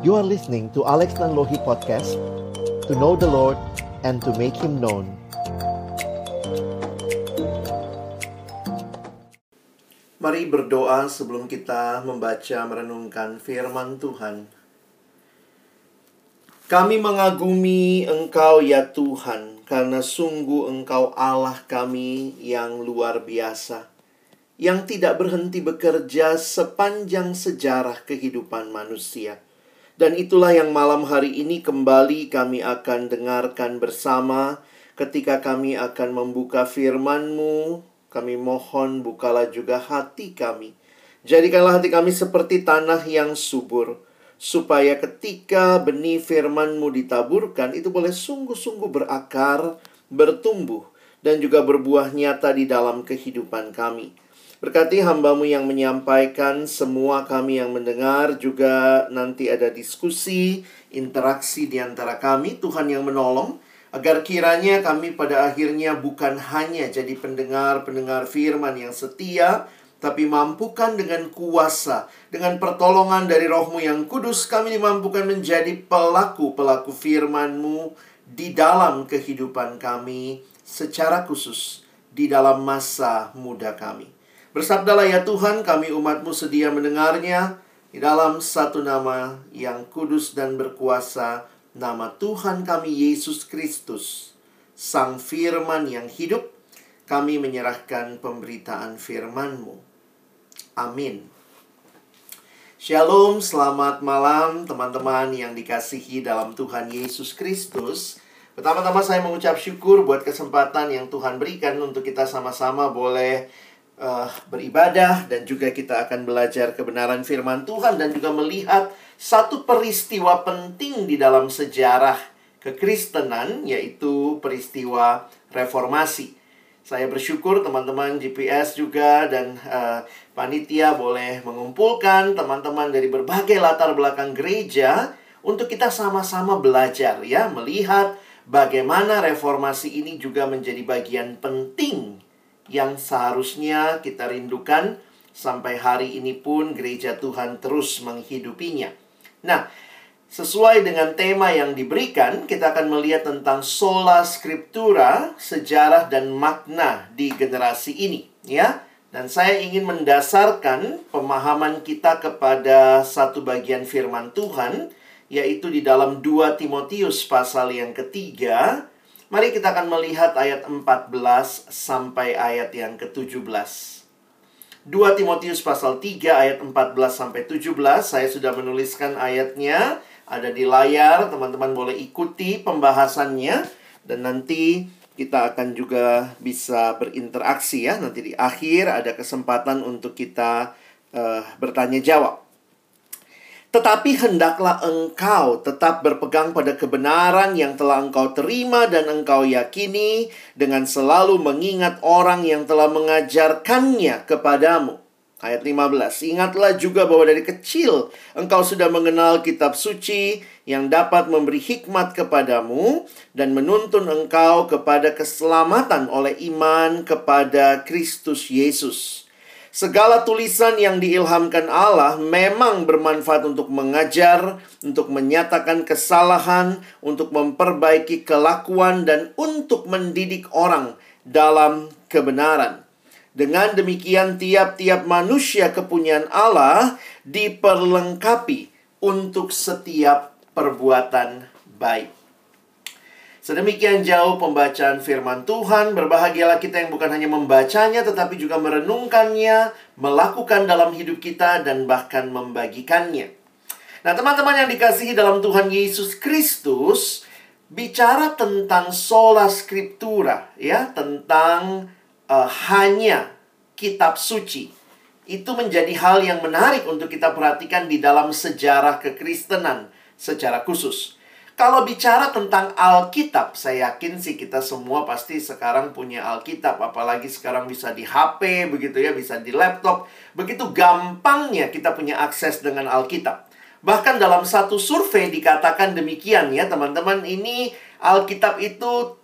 You are listening to Alex Nanlohi Podcast, to know the Lord and to make Him known. Mari berdoa sebelum kita membaca merenungkan firman Tuhan. Kami mengagumi Engkau ya Tuhan, karena sungguh Engkau Allah kami yang luar biasa, yang tidak berhenti bekerja sepanjang sejarah kehidupan manusia. Dan itulah yang malam hari ini kembali kami akan dengarkan bersama ketika kami akan membuka firman-Mu. Kami mohon bukalah juga hati kami. Jadikanlah hati kami seperti tanah yang subur, supaya ketika benih firman-Mu ditaburkan, itu boleh sungguh-sungguh berakar, bertumbuh, dan juga berbuah nyata di dalam kehidupan kami. Berkati hamba-Mu yang menyampaikan, semua kami yang mendengar, juga nanti ada diskusi, interaksi di antara kami, Tuhan yang menolong, agar kiranya kami pada akhirnya bukan hanya jadi pendengar-pendengar firman yang setia, tapi mampukan dengan kuasa, dengan pertolongan dari Roh-Mu yang kudus, kami dimampukan menjadi pelaku-pelaku firman-Mu di dalam kehidupan kami, secara khusus di dalam masa muda kami. Bersabdalah ya Tuhan, kami umat-Mu sedia mendengarnya di dalam satu nama yang kudus dan berkuasa, nama Tuhan kami Yesus Kristus, Sang Firman yang hidup. Kami menyerahkan pemberitaan firman-Mu. Amin. Shalom, selamat malam teman-teman yang dikasihi dalam Tuhan Yesus Kristus. Pertama-tama saya mengucap syukur buat kesempatan yang Tuhan berikan untuk kita sama-sama boleh beribadah, dan juga kita akan belajar kebenaran firman Tuhan dan juga melihat satu peristiwa penting di dalam sejarah kekristenan, yaitu peristiwa reformasi. Saya bersyukur teman-teman GPS juga dan panitia boleh mengumpulkan teman-teman dari berbagai latar belakang gereja untuk kita sama-sama belajar ya, melihat bagaimana reformasi ini juga menjadi bagian penting yang seharusnya kita rindukan. Sampai hari ini pun gereja Tuhan terus menghidupinya. Nah, sesuai dengan tema yang diberikan, kita akan melihat tentang sola scriptura, sejarah dan makna di generasi ini, ya. Dan saya ingin mendasarkan pemahaman kita kepada satu bagian firman Tuhan, yaitu di dalam 2 Timotius pasal yang ketiga. Mari kita akan melihat ayat 14 sampai ayat yang ke-17. 2 Timotius pasal 3 ayat 14 sampai 17. Saya sudah menuliskan ayatnya, ada di layar, teman-teman boleh ikuti pembahasannya. Dan nanti kita akan juga bisa berinteraksi ya. Nanti di akhir ada kesempatan untuk kita bertanya jawab. Tetapi hendaklah engkau tetap berpegang pada kebenaran yang telah engkau terima dan engkau yakini, dengan selalu mengingat orang yang telah mengajarkannya kepadamu. Ayat 15. Ingatlah juga bahwa dari kecil engkau sudah mengenal kitab suci yang dapat memberi hikmat kepadamu dan menuntun engkau kepada keselamatan oleh iman kepada Kristus Yesus. Segala tulisan yang diilhamkan Allah memang bermanfaat untuk mengajar, untuk menyatakan kesalahan, untuk memperbaiki kelakuan, dan untuk mendidik orang dalam kebenaran. Dengan demikian tiap-tiap manusia kepunyaan Allah diperlengkapi untuk setiap perbuatan baik. Sedemikian jauh pembacaan firman Tuhan. Berbahagialah kita yang bukan hanya membacanya, tetapi juga merenungkannya, melakukan dalam hidup kita, dan bahkan membagikannya. Nah, teman-teman yang dikasihi dalam Tuhan Yesus Kristus, bicara tentang sola scriptura, ya, tentang hanya kitab suci. Itu menjadi hal yang menarik untuk kita perhatikan di dalam sejarah kekristenan secara khusus. Kalau bicara tentang Alkitab, saya yakin sih kita semua pasti sekarang punya Alkitab. Apalagi sekarang bisa di HP, begitu ya, bisa di laptop. Begitu gampangnya kita punya akses dengan Alkitab. Bahkan dalam satu survei dikatakan demikian ya teman-teman. Ini Alkitab itu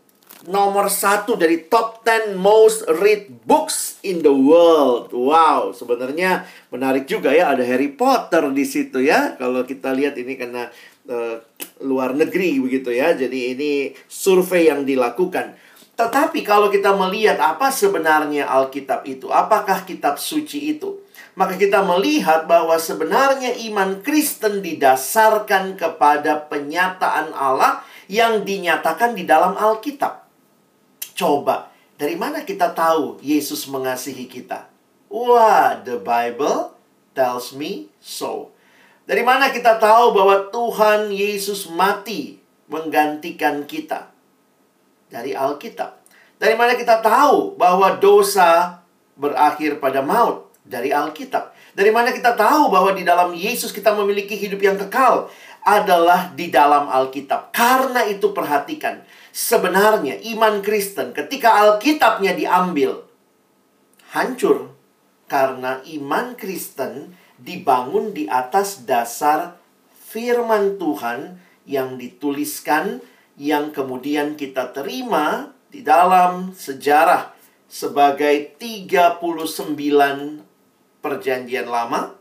nomor 1 dari top 10 most read books in the world. Wow, sebenarnya menarik juga ya, ada Harry Potter di situ ya. Kalau kita lihat ini karena luar negeri begitu ya. Jadi ini survei yang dilakukan. Tetapi kalau kita melihat apa sebenarnya Alkitab itu, apakah kitab suci itu, maka kita melihat bahwa sebenarnya iman Kristen didasarkan kepada penyataan Allah yang dinyatakan di dalam Alkitab. Coba, dari mana kita tahu Yesus mengasihi kita? Wah, the Bible tells me so. Dari mana kita tahu bahwa Tuhan Yesus mati menggantikan kita? Dari Alkitab. Dari mana kita tahu bahwa dosa berakhir pada maut? Dari Alkitab. Dari mana kita tahu bahwa di dalam Yesus kita memiliki hidup yang kekal? Adalah di dalam Alkitab. Karena itu perhatikan, sebenarnya iman Kristen ketika Alkitabnya diambil, hancur. Karena iman Kristen dibangun di atas dasar firman Tuhan yang dituliskan, yang kemudian kita terima di dalam sejarah sebagai 39 Perjanjian Lama,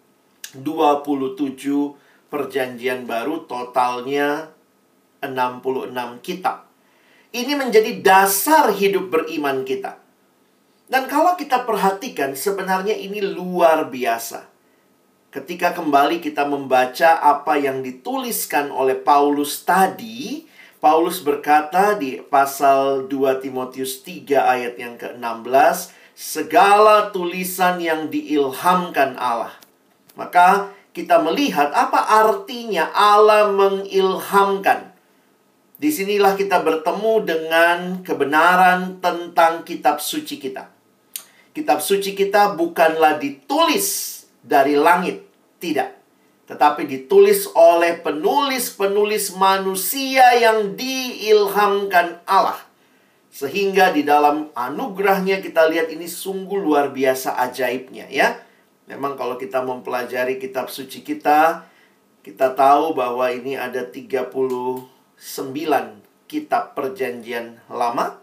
27 Perjanjian Baru, totalnya 66 kitab. Ini menjadi dasar hidup beriman kita. Dan kalau kita perhatikan, sebenarnya ini luar biasa. Ketika kembali kita membaca apa yang dituliskan oleh Paulus tadi, Paulus berkata di pasal 2 Timotius 3 ayat yang ke-16, segala tulisan yang diilhamkan Allah. Maka kita melihat apa artinya Allah mengilhamkan. Disinilah kita bertemu dengan kebenaran tentang kitab suci kita. Kitab suci kita bukanlah ditulis dari langit, tidak. Tetapi ditulis oleh penulis-penulis manusia yang diilhamkan Allah. Sehingga di dalam anugerahnya kita lihat ini sungguh luar biasa ajaibnya ya. Memang kalau kita mempelajari kitab suci kita, kita tahu bahwa ini ada 39 kitab perjanjian lama.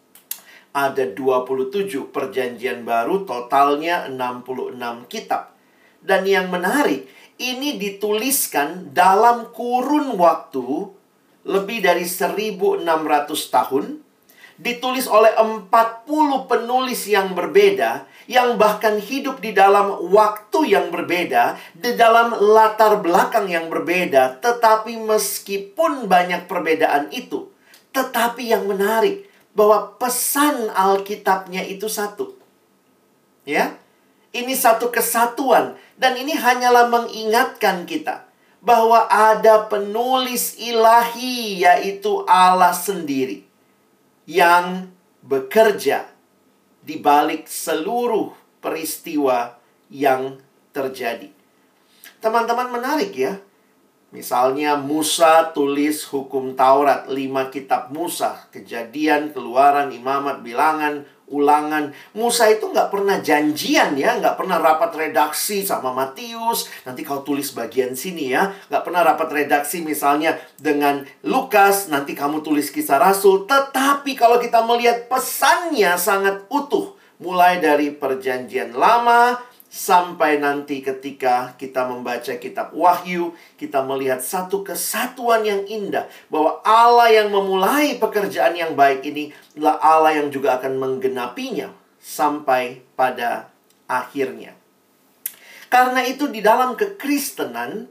Ada 27 perjanjian baru, totalnya 66 kitab. Dan yang menarik, ini dituliskan dalam kurun waktu lebih dari 1600 tahun. Ditulis oleh 40 penulis yang berbeda, yang bahkan hidup di dalam waktu yang berbeda, di dalam latar belakang yang berbeda. Tetapi meskipun banyak perbedaan itu, tetapi yang menarik, bahwa pesan Alkitabnya itu satu. Ya, ini satu kesatuan. Dan ini hanyalah mengingatkan kita bahwa ada penulis ilahi, yaitu Allah sendiri, yang bekerja di balik seluruh peristiwa yang terjadi. Teman-teman, menarik ya. Misalnya Musa tulis hukum Taurat, 5 kitab Musa, Kejadian, Keluaran, Imamat, Bilangan, Ulangan. Musa itu nggak pernah janjian ya, nggak pernah rapat redaksi sama Matius. Nanti kau tulis bagian sini ya. Nggak pernah rapat redaksi misalnya dengan Lukas, nanti kamu tulis Kisah Rasul. Tetapi kalau kita melihat pesannya sangat utuh. Mulai dari Perjanjian Lama sampai nanti ketika kita membaca kitab Wahyu, kita melihat satu kesatuan yang indah. Bahwa Allah yang memulai pekerjaan yang baik ini adalah Allah yang juga akan menggenapinya sampai pada akhirnya. Karena itu di dalam kekristenan,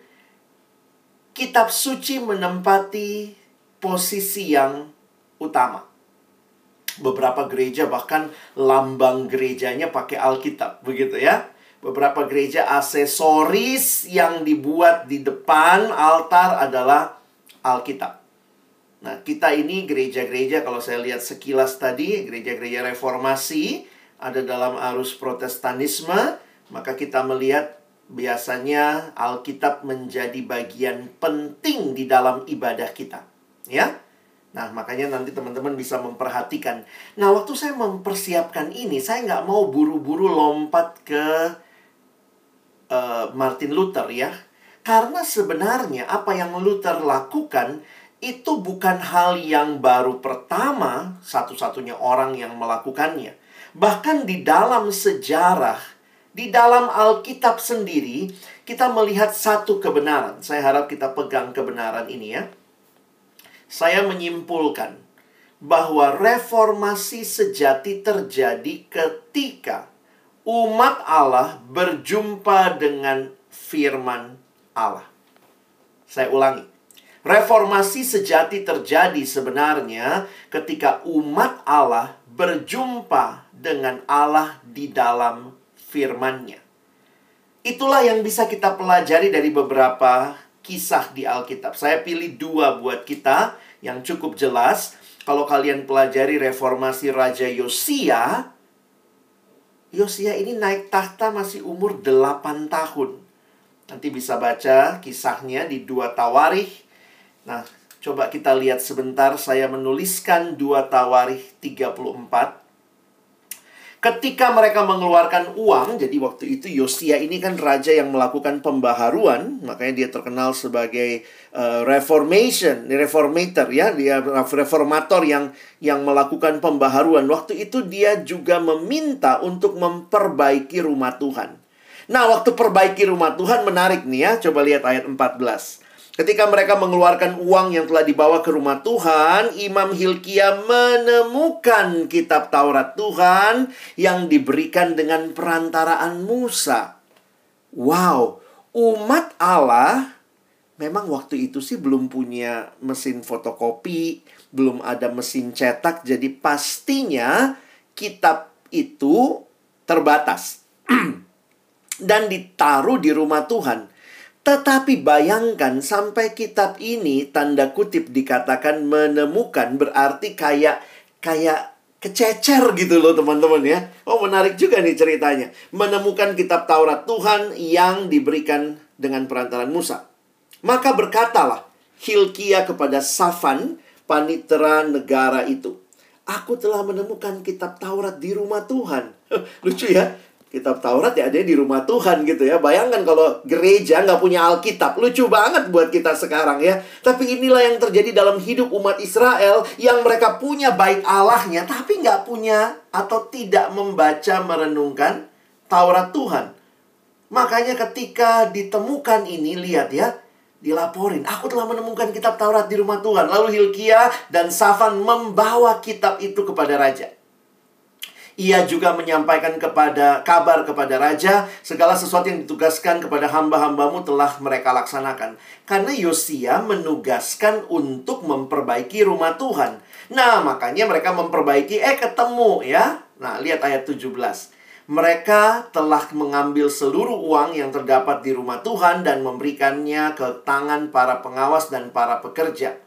kitab suci menempati posisi yang utama. Beberapa gereja bahkan lambang gerejanya pakai Alkitab, begitu ya. Beberapa gereja aksesoris yang dibuat di depan altar adalah Alkitab. Nah, kita ini gereja-gereja, kalau saya lihat sekilas tadi, gereja-gereja reformasi, ada dalam arus protestanisme, maka kita melihat biasanya Alkitab menjadi bagian penting di dalam ibadah kita. Ya. Nah, makanya nanti teman-teman bisa memperhatikan. Nah, waktu saya mempersiapkan ini, saya nggak mau buru-buru lompat ke Martin Luther ya. Karena sebenarnya apa yang Luther lakukan itu bukan hal yang baru pertama satu-satunya orang yang melakukannya. Bahkan di dalam sejarah, di dalam Alkitab sendiri, kita melihat satu kebenaran. Saya harap kita pegang kebenaran ini ya. Saya menyimpulkan bahwa reformasi sejati terjadi ketika umat Allah berjumpa dengan firman Allah. Saya ulangi. Reformasi sejati terjadi sebenarnya ketika umat Allah berjumpa dengan Allah di dalam firman-Nya. Itulah yang bisa kita pelajari dari beberapa kisah di Alkitab. Saya pilih 2 buat kita yang cukup jelas. Kalau kalian pelajari reformasi Raja Yosia, Yosia ini naik tahta masih umur 8 tahun. Nanti bisa baca kisahnya di 2 Tawarikh. Nah, coba kita lihat sebentar. Saya menuliskan 2 Tawarikh 34. Ketika mereka mengeluarkan uang, jadi waktu itu Yosia ini kan raja yang melakukan pembaharuan, makanya dia terkenal sebagai reformator ya, dia reformator yang melakukan pembaharuan. Waktu itu dia juga meminta untuk memperbaiki rumah Tuhan. Nah, waktu perbaiki rumah Tuhan menarik nih ya, coba lihat ayat 14. Ketika mereka mengeluarkan uang yang telah dibawa ke rumah Tuhan, Imam Hilkia menemukan kitab Taurat Tuhan yang diberikan dengan perantaraan Musa. Wow, umat Allah memang waktu itu sih belum punya mesin fotokopi, belum ada mesin cetak, jadi pastinya kitab itu terbatas dan ditaruh di rumah Tuhan. Tetapi bayangkan sampai kitab ini tanda kutip dikatakan menemukan, berarti kayak kececer gitu loh teman-teman ya. Oh, menarik juga nih ceritanya. Menemukan kitab Taurat Tuhan yang diberikan dengan perantaran Musa. Maka berkatalah Hilkia kepada Safan, panitera negara itu, "Aku telah menemukan kitab Taurat di rumah Tuhan." Lucu ya. Kitab Taurat ya ada di rumah Tuhan gitu ya. Bayangkan kalau gereja nggak punya Alkitab. Lucu banget buat kita sekarang ya. Tapi inilah yang terjadi dalam hidup umat Israel. Yang mereka punya bait Allahnya, tapi nggak punya atau tidak membaca merenungkan Taurat Tuhan. Makanya ketika ditemukan ini, lihat ya, dilaporin, "Aku telah menemukan kitab Taurat di rumah Tuhan." Lalu Hilkia dan Safan membawa kitab itu kepada raja. Ia juga menyampaikan kabar kepada raja, segala sesuatu yang ditugaskan kepada hamba-hambamu telah mereka laksanakan. Karena Yosia menugaskan untuk memperbaiki rumah Tuhan. Nah, makanya mereka memperbaiki, ketemu ya. Nah, lihat ayat 17. Mereka telah mengambil seluruh uang yang terdapat di rumah Tuhan dan memberikannya ke tangan para pengawas dan para pekerja.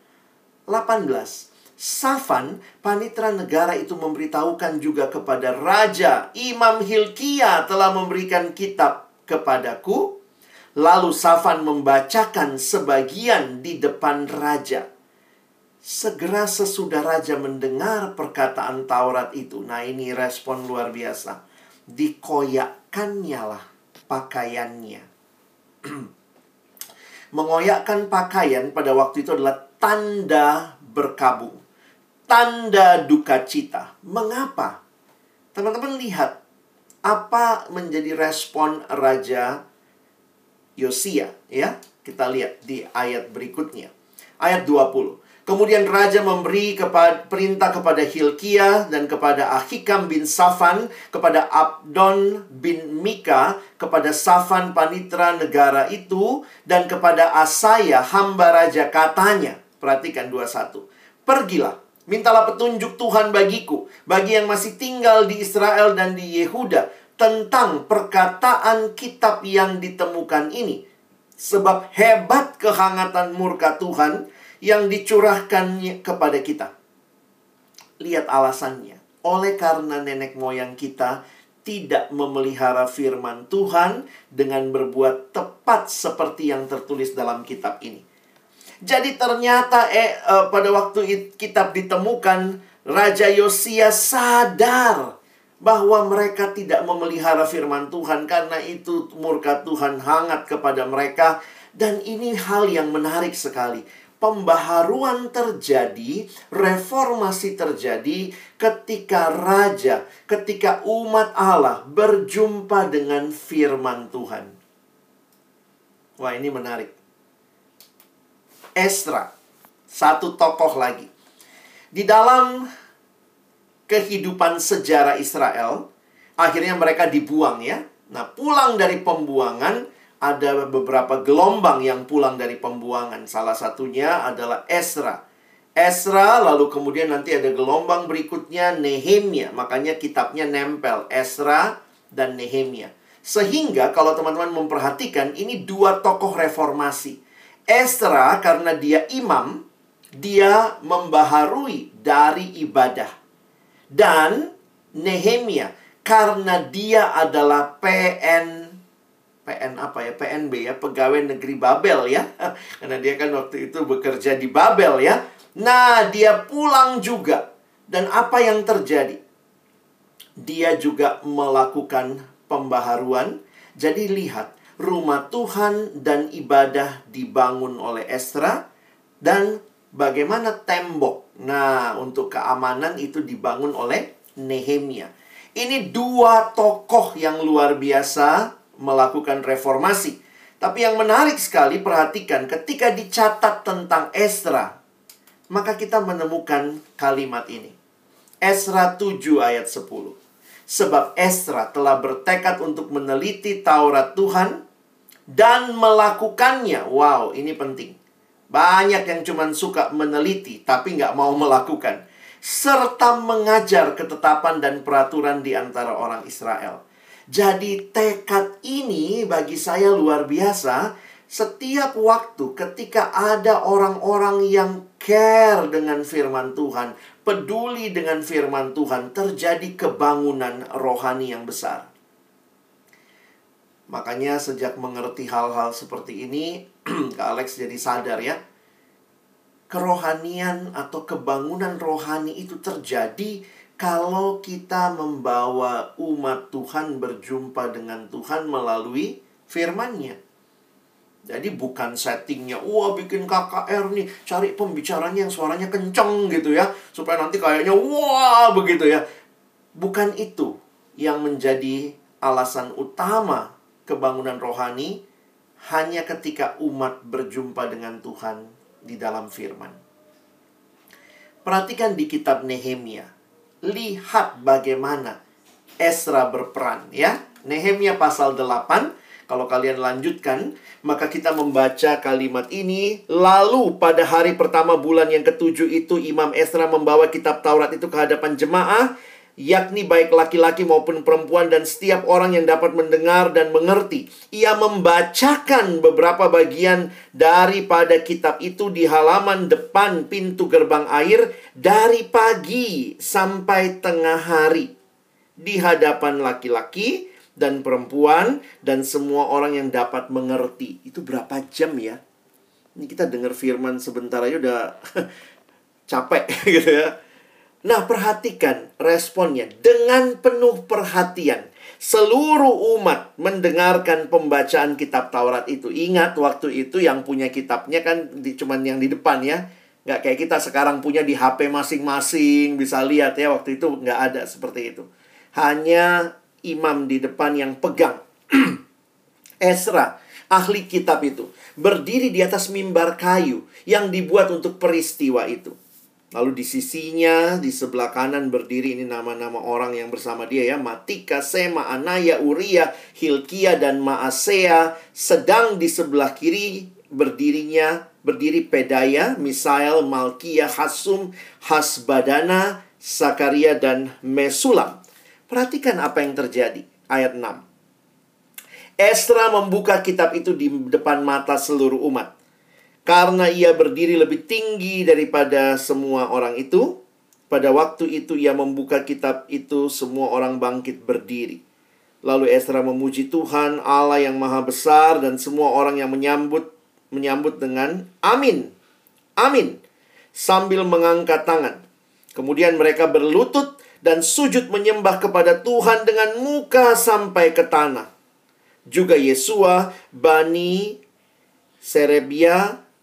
18. Safan, panitera negara itu memberitahukan juga kepada raja, "Imam Hilkia telah memberikan kitab kepadaku." Lalu Safan membacakan sebagian di depan raja. Segera sesudah raja mendengar perkataan Taurat itu, nah ini respon luar biasa, dikoyakkannya lah pakaiannya. Mengoyakkan pakaian pada waktu itu adalah tanda berkabung, tanda duka cita. Mengapa? Teman-teman lihat apa menjadi respon Raja Yosia ya. Kita lihat di ayat berikutnya. Ayat 20. Kemudian raja memberi perintah kepada Hilkia dan kepada Ahikam bin Safan, kepada Abdon bin Mika, kepada Safan panitera negara itu, dan kepada Asaya hamba raja, katanya. Perhatikan 21. "Pergilah, mintalah petunjuk Tuhan bagiku, bagi yang masih tinggal di Israel dan di Yehuda, tentang perkataan kitab yang ditemukan ini. Sebab hebat kehangatan murka Tuhan yang dicurahkannya kepada kita." Lihat alasannya. Oleh karena nenek moyang kita tidak memelihara firman Tuhan dengan berbuat tepat seperti yang tertulis dalam kitab ini. Jadi ternyata pada waktu kitab ditemukan, Raja Yosia sadar bahwa mereka tidak memelihara firman Tuhan. Karena itu murka Tuhan hangat kepada mereka. Dan ini hal yang menarik sekali. pembaharuan terjadi, reformasi terjadi ketika raja, ketika umat Allah berjumpa dengan firman Tuhan. Wah, ini menarik. Esra, satu tokoh lagi. Di dalam kehidupan sejarah Israel, akhirnya mereka dibuang ya. Nah, pulang dari pembuangan, ada beberapa gelombang yang pulang dari pembuangan. Salah satunya adalah Esra. Esra, lalu kemudian nanti ada gelombang berikutnya Nehemia. Makanya kitabnya nempel, Esra dan Nehemia. Sehingga kalau teman-teman memperhatikan, ini dua tokoh reformasi. Esra karena dia imam, dia membaharui dari ibadah. Dan Nehemia karena dia adalah PNB ya, pegawai negeri Babel ya. Karena dia kan waktu itu bekerja di Babel ya. Nah, dia pulang juga. Dan apa yang terjadi? Dia juga melakukan pembaharuan. Jadi lihat, rumah Tuhan dan ibadah dibangun oleh Esra. Dan bagaimana tembok? Nah, untuk keamanan itu dibangun oleh Nehemia. Ini dua tokoh yang luar biasa melakukan reformasi. Tapi yang menarik sekali, perhatikan ketika dicatat tentang Esra, maka kita menemukan kalimat ini. Esra 7 ayat 10. Sebab Esra telah bertekad untuk meneliti Taurat Tuhan dan melakukannya. Wow, ini penting. Banyak yang cuma suka meneliti, tapi nggak mau melakukan. Serta mengajar ketetapan dan peraturan di antara orang Israel. Jadi tekad ini bagi saya luar biasa. Setiap waktu ketika ada orang-orang yang care dengan firman Tuhan, peduli dengan firman Tuhan, terjadi kebangunan rohani yang besar. Makanya sejak mengerti hal-hal seperti ini, Kak Alex jadi sadar ya. Kerohanian atau kebangunan rohani itu terjadi kalau kita membawa umat Tuhan berjumpa dengan Tuhan melalui firman-Nya. Jadi bukan settingnya, wah bikin KKR nih, cari pembicaranya yang suaranya kenceng gitu ya, supaya nanti kayaknya wah begitu ya. Bukan itu yang menjadi alasan utama kebangunan rohani, hanya ketika umat berjumpa dengan Tuhan di dalam firman. Perhatikan di kitab Nehemia. Lihat bagaimana Esra berperan ya. Nehemia pasal 8. Kalau kalian lanjutkan, maka kita membaca kalimat ini. Lalu pada hari pertama bulan yang ke-7 itu, Imam Esra membawa kitab Taurat itu ke hadapan jemaah, yakni baik laki-laki maupun perempuan, dan setiap orang yang dapat mendengar dan mengerti. Ia membacakan beberapa bagian daripada kitab itu di halaman depan pintu gerbang air dari pagi sampai tengah hari, di hadapan laki-laki dan perempuan dan semua orang yang dapat mengerti. Itu berapa jam ya? Ini kita dengar firman sebentar aja udah capek gitu ya. Nah, perhatikan responnya. Dengan penuh perhatian, seluruh umat mendengarkan pembacaan kitab Taurat itu. Ingat, waktu itu yang punya kitabnya kan cuman yang di depan ya. Nggak kayak kita sekarang punya di HP masing-masing. Bisa lihat ya, waktu itu nggak ada seperti itu. Hanya imam di depan yang pegang. Esra, ahli kitab itu, berdiri di atas mimbar kayu yang dibuat untuk peristiwa itu. Lalu di sisinya, di sebelah kanan berdiri, ini nama-nama orang yang bersama dia ya. Matika, Sema, Anaya, Uria, Hilkia, dan Maasea. Sedang di sebelah kiri berdiri Pedaya, Misael, Malkia, Hasum, Hasbadana, Sakaria, dan Mesulam. Perhatikan apa yang terjadi. Ayat 6. Esra membuka kitab itu di depan mata seluruh umat. Karena ia berdiri lebih tinggi daripada semua orang itu, pada waktu itu ia membuka kitab itu, semua orang bangkit berdiri. Lalu Esra memuji Tuhan, Allah yang maha besar, dan semua orang yang menyambut dengan amin, amin, sambil mengangkat tangan. Kemudian mereka berlutut dan sujud menyembah kepada Tuhan dengan muka sampai ke tanah. Juga Yesua, Bani Serebia,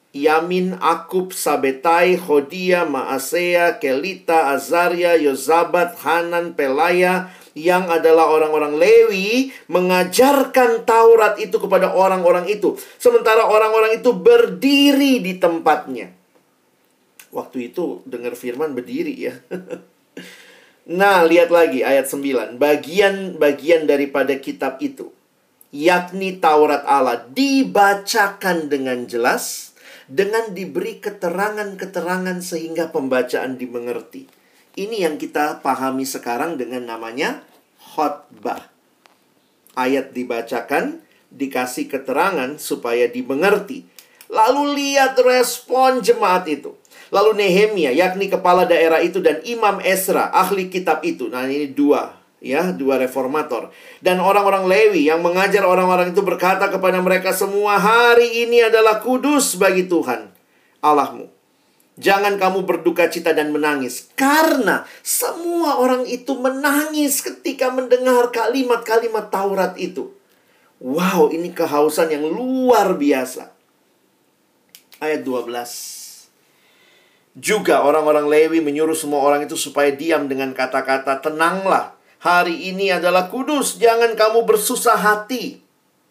Yamin, Akub, Sabetai, Hodia, Maasea, Kelita, Azaria, Yozabat, Hanan, Pelaya, yang adalah orang-orang Lewi, mengajarkan Taurat itu kepada orang-orang itu. Sementara orang-orang itu berdiri di tempatnya. Waktu itu dengar firman berdiri ya. Nah, lihat lagi ayat 9. Bagian-bagian daripada kitab itu, yakni Taurat Allah, dibacakan dengan jelas, dengan diberi keterangan-keterangan sehingga pembacaan dimengerti. Ini yang kita pahami sekarang dengan namanya khotbah. Ayat dibacakan, dikasih keterangan supaya dimengerti. Lalu lihat respon jemaat itu. Lalu Nehemia, yakni kepala daerah itu, dan Imam Ezra, ahli kitab itu. Nah, ini dua reformator. Dan orang-orang Lewi yang mengajar orang-orang itu berkata kepada mereka semua, hari ini adalah kudus bagi Tuhan Allahmu. Jangan kamu berduka cita dan menangis. Karena semua orang itu menangis ketika mendengar kalimat-kalimat Taurat itu. Wow, ini kehausan yang luar biasa. Ayat 12. Juga orang-orang Lewi menyuruh semua orang itu supaya diam dengan kata-kata, tenanglah, hari ini adalah kudus, jangan kamu bersusah hati.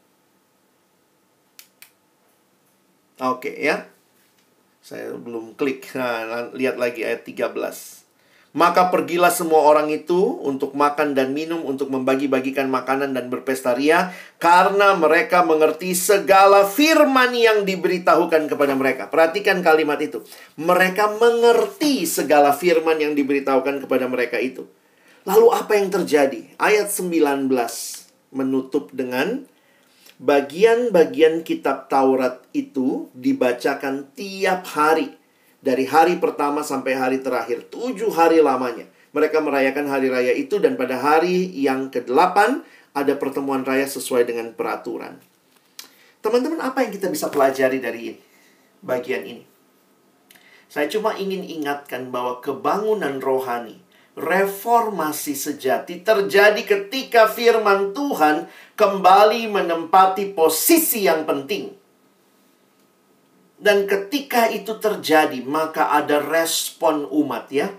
Oke ya. Saya belum klik. Nah, lihat lagi ayat 13. Maka pergilah semua orang itu untuk makan dan minum, untuk membagi-bagikan makanan dan berpesta ria, karena mereka mengerti segala firman yang diberitahukan kepada mereka. Perhatikan kalimat itu. Mereka mengerti segala firman yang diberitahukan kepada mereka itu. Lalu apa yang terjadi? Ayat 19 menutup dengan bagian-bagian kitab Taurat itu dibacakan tiap hari. Dari hari pertama sampai hari terakhir, 7 hari lamanya. Mereka merayakan hari raya itu, dan pada hari yang ke-8 ada pertemuan raya sesuai dengan peraturan. Teman-teman, apa yang kita bisa pelajari dari ini? Bagian ini. Saya cuma ingin ingatkan bahwa kebangunan rohani, reformasi sejati terjadi ketika firman Tuhan kembali menempati posisi yang penting. Dan ketika itu terjadi, maka ada respon umat ya.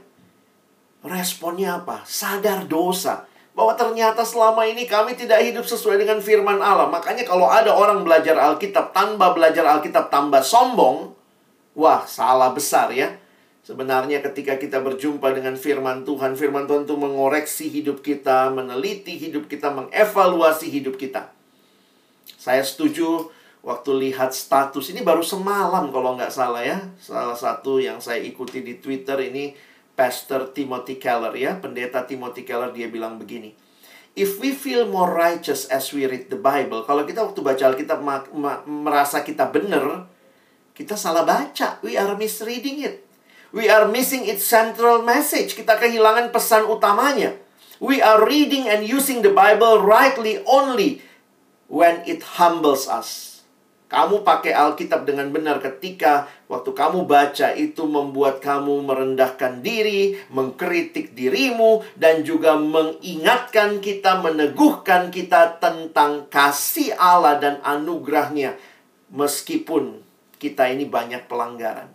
Responnya apa? Sadar dosa. Bahwa ternyata selama ini kami tidak hidup sesuai dengan firman Allah. Makanya kalau ada orang belajar Alkitab, tambah belajar Alkitab, tambah sombong, wah, salah besar ya. Sebenarnya ketika kita berjumpa dengan firman Tuhan itu mengoreksi hidup kita, meneliti hidup kita, mengevaluasi hidup kita. Saya setuju. Waktu lihat status, ini baru semalam kalau nggak salah ya. Salah satu yang saya ikuti di Twitter ini, Pastor Timothy Keller ya. Pendeta Timothy Keller, dia bilang begini. If we feel more righteous as we read the Bible, kalau kita waktu baca Alkitab merasa kita benar, kita salah baca. We are misreading it. We are missing its central message. Kita kehilangan pesan utamanya. We are reading and using the Bible rightly only when it humbles us. Kamu pakai Alkitab dengan benar ketika waktu kamu baca itu membuat kamu merendahkan diri, mengkritik dirimu, dan juga mengingatkan kita, meneguhkan kita tentang kasih Allah dan anugerahnya, meskipun kita ini banyak pelanggaran.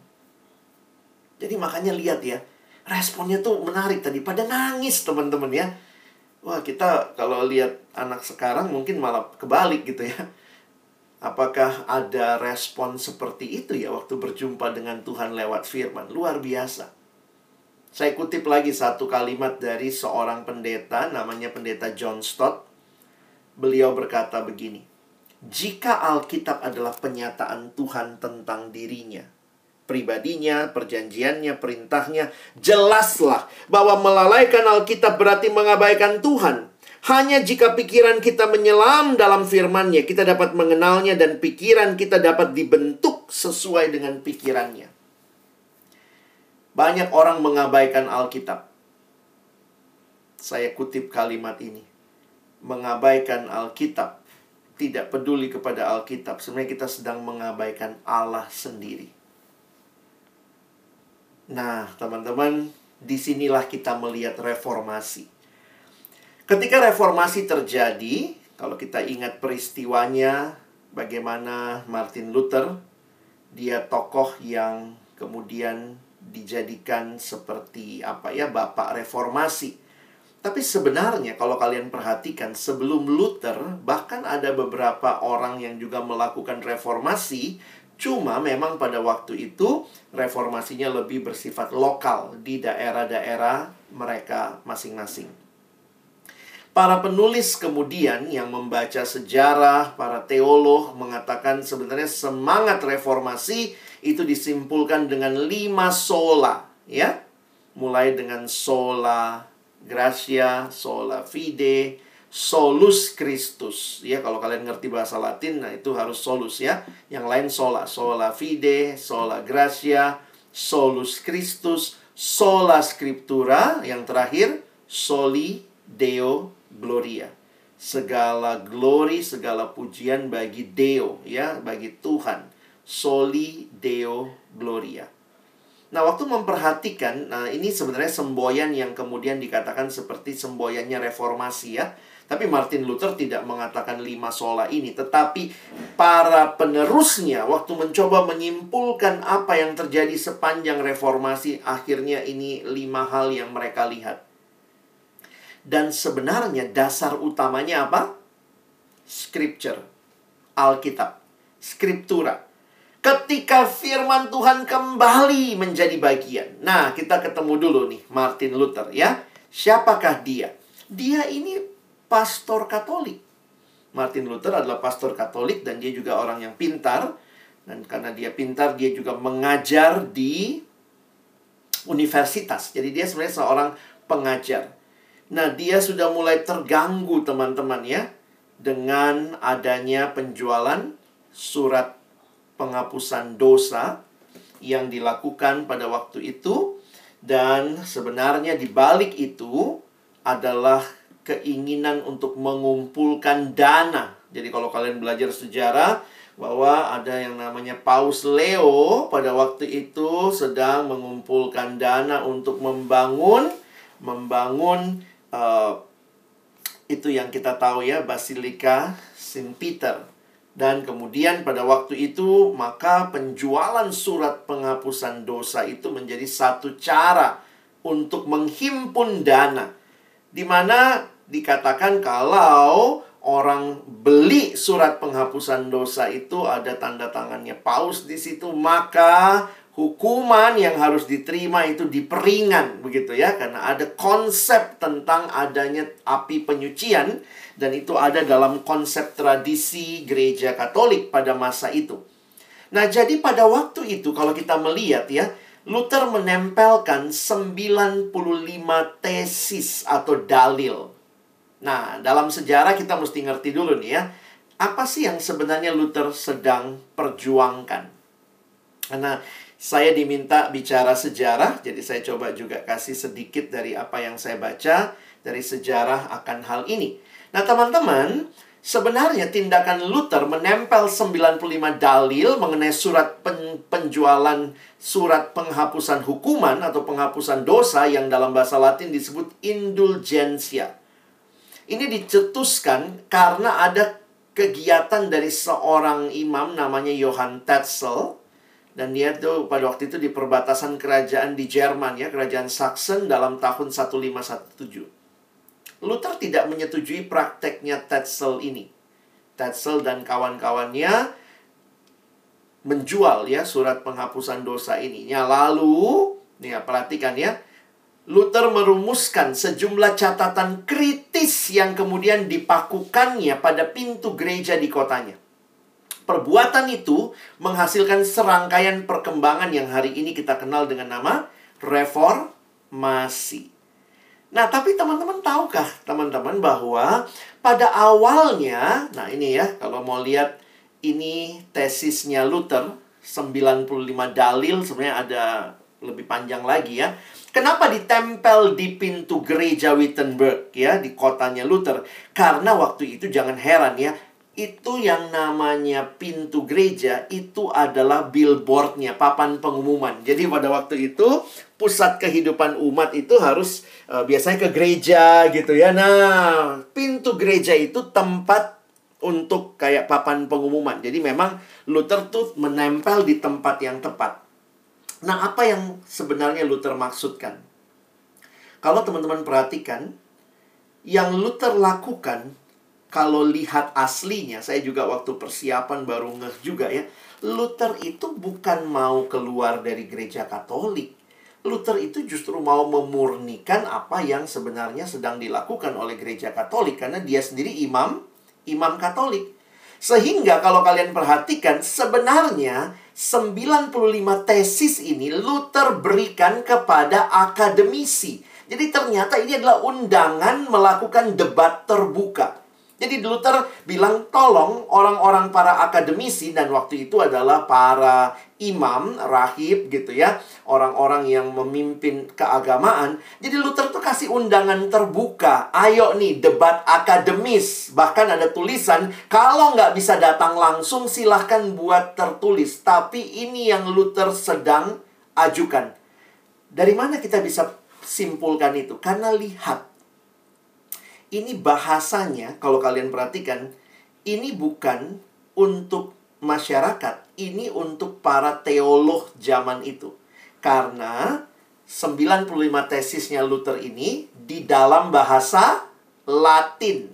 Jadi makanya lihat ya, responnya tuh menarik tadi, pada nangis teman-teman ya. Wah, kita kalau lihat anak sekarang mungkin malah kebalik gitu ya. Apakah ada respon seperti itu ya waktu berjumpa dengan Tuhan lewat firman? Luar biasa. Saya kutip lagi satu kalimat dari seorang pendeta, namanya pendeta John Stott. Beliau berkata begini, jika Alkitab adalah penyataan Tuhan tentang dirinya, pribadinya, perjanjiannya, perintahnya, jelaslah bahwa melalaikan Alkitab berarti mengabaikan Tuhan. Hanya jika pikiran kita menyelam dalam firman-Nya, kita dapat mengenalnya dan pikiran kita dapat dibentuk sesuai dengan pikirannya. Banyak orang mengabaikan Alkitab. Saya kutip kalimat ini. Mengabaikan Alkitab, tidak peduli kepada Alkitab. Sebenarnya kita sedang mengabaikan Allah sendiri. Nah, teman-teman, disinilah kita melihat reformasi. Ketika reformasi terjadi, kalau kita ingat peristiwanya, bagaimana Martin Luther Dia tokoh yang kemudian dijadikan seperti bapak reformasi. Tapi sebenarnya kalau kalian perhatikan, sebelum Luther bahkan ada beberapa orang yang juga melakukan reformasi. Cuma memang pada waktu itu reformasinya lebih bersifat lokal di daerah-daerah mereka masing-masing. Para penulis kemudian yang membaca sejarah, para teolog mengatakan sebenarnya semangat reformasi itu disimpulkan dengan 5 sola, ya. Mulai dengan sola gratia, sola fide, solus Christus. Ya, kalau kalian ngerti bahasa Latin, nah itu harus solus ya. Yang lain sola, sola fide, sola gratia, solus Christus, sola scriptura, yang terakhir soli Deo gloria. Segala glory, segala pujian bagi Deo, ya, bagi Tuhan. Soli Deo gloria. Nah, waktu memperhatikan, nah ini sebenarnya semboyan yang kemudian dikatakan seperti semboyannya reformasi ya. Tapi Martin Luther tidak mengatakan 5 sola ini. Tetapi para penerusnya waktu mencoba menyimpulkan apa yang terjadi sepanjang reformasi, akhirnya ini 5 hal yang mereka lihat. Dan sebenarnya dasar utamanya apa? Scripture, Alkitab, Scriptura. Ketika firman Tuhan kembali menjadi bagian. Nah, kita ketemu dulu nih Martin Luther ya. Siapakah dia? Dia ini pastor Katolik. Martin Luther adalah pastor Katolik dan dia juga orang yang pintar. Dan karena dia pintar, dia juga mengajar di universitas. Jadi dia sebenarnya seorang pengajar. Nah, dia sudah mulai terganggu teman-teman ya, dengan adanya penjualan surat penghapusan dosa yang dilakukan pada waktu itu. Dan sebenarnya di balik itu adalah keinginan untuk mengumpulkan dana. Jadi kalau kalian belajar sejarah, bahwa ada yang namanya Paus Leo pada waktu itu sedang mengumpulkan dana untuk membangun itu yang kita tahu ya, Basilika Saint Peter. Dan kemudian pada waktu itu maka penjualan surat penghapusan dosa itu menjadi satu cara untuk menghimpun dana, di mana dikatakan kalau orang beli surat penghapusan dosa itu ada tanda tangannya Paus di situ, maka hukuman yang harus diterima itu diperingan, begitu ya. Karena ada konsep tentang adanya api penyucian, dan itu ada dalam konsep tradisi gereja Katolik pada masa itu. Nah, jadi pada waktu itu kalau kita melihat ya, Luther menempelkan 95 tesis atau dalil. Nah, dalam sejarah kita mesti ngerti dulu nih ya, apa sih yang sebenarnya Luther sedang perjuangkan. Karena saya diminta bicara sejarah, jadi saya coba juga kasih sedikit dari apa yang saya baca dari sejarah akan hal ini. Nah, teman-teman, sebenarnya tindakan Luther menempel 95 dalil mengenai surat penjualan surat penghapusan hukuman atau penghapusan dosa yang dalam bahasa Latin disebut indulgentia. Ini dicetuskan karena ada kegiatan dari seorang imam namanya Johann Tetzel. Dan dia tuh pada waktu itu di perbatasan kerajaan di Jerman ya, kerajaan Saxon dalam tahun 1517. Luther tidak menyetujui prakteknya Tetzel ini. Tetzel dan kawan-kawannya menjual ya surat penghapusan dosa ini. Lalu, nih ya, perhatikan ya, Luther merumuskan sejumlah catatan kritis yang kemudian dipakukannya pada pintu gereja di kotanya. Perbuatan itu menghasilkan serangkaian perkembangan yang hari ini kita kenal dengan nama reformasi. Nah, tapi teman-teman tahukah teman-teman bahwa pada awalnya, nah ini ya, kalau mau lihat ini tesisnya Luther, 95 dalil, sebenarnya ada lebih panjang lagi ya. Kenapa ditempel di pintu gereja Wittenberg ya, di kotanya Luther? Karena waktu itu jangan heran ya, itu yang namanya pintu gereja itu adalah billboardnya, papan pengumuman. Jadi pada waktu itu pusat kehidupan umat itu harus biasanya ke gereja gitu ya. Nah, pintu gereja itu tempat untuk kayak papan pengumuman. Jadi memang Luther tuh menempel di tempat yang tepat. Nah, apa yang sebenarnya Luther maksudkan? Kalau teman-teman perhatikan, yang Luther lakukan, kalau lihat aslinya, saya juga waktu persiapan baru ngeh juga ya, Luther itu bukan mau keluar dari gereja Katolik. Luther itu justru mau memurnikan apa yang sebenarnya sedang dilakukan oleh gereja Katolik, karena dia sendiri imam Katolik. Sehingga kalau kalian perhatikan, sebenarnya 95 tesis ini Luther berikan kepada akademisi. Jadi ternyata ini adalah undangan melakukan debat terbuka. Jadi Luther bilang, tolong orang-orang para akademisi, dan waktu itu adalah para imam, rahib gitu ya, orang-orang yang memimpin keagamaan. Jadi Luther tuh kasih undangan terbuka. Ayo nih, debat akademis. Bahkan ada tulisan, kalau nggak bisa datang langsung, silahkan buat tertulis. Tapi ini yang Luther sedang ajukan. Dari mana kita bisa simpulkan itu? Karena lihat, ini bahasanya, kalau kalian perhatikan, ini bukan untuk masyarakat, ini untuk para teolog zaman itu. Karena 95 tesisnya Luther ini di dalam bahasa Latin.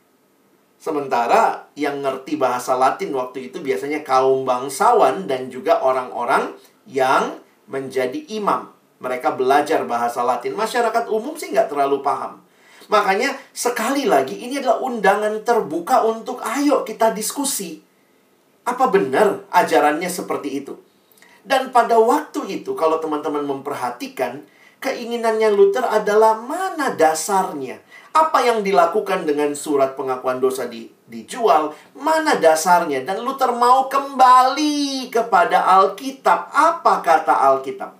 Sementara yang ngerti bahasa Latin waktu itu biasanya kaum bangsawan dan juga orang-orang yang menjadi imam. Mereka belajar bahasa Latin. Masyarakat umum sih nggak terlalu paham. Makanya sekali lagi ini adalah undangan terbuka untuk ayo kita diskusi. Apa benar ajarannya seperti itu? Dan pada waktu itu kalau teman-teman memperhatikan, keinginannya Luther adalah mana dasarnya? Apa yang dilakukan dengan surat pengakuan dosa dijual? Mana dasarnya? Dan Luther mau kembali kepada Alkitab. Apa kata Alkitab?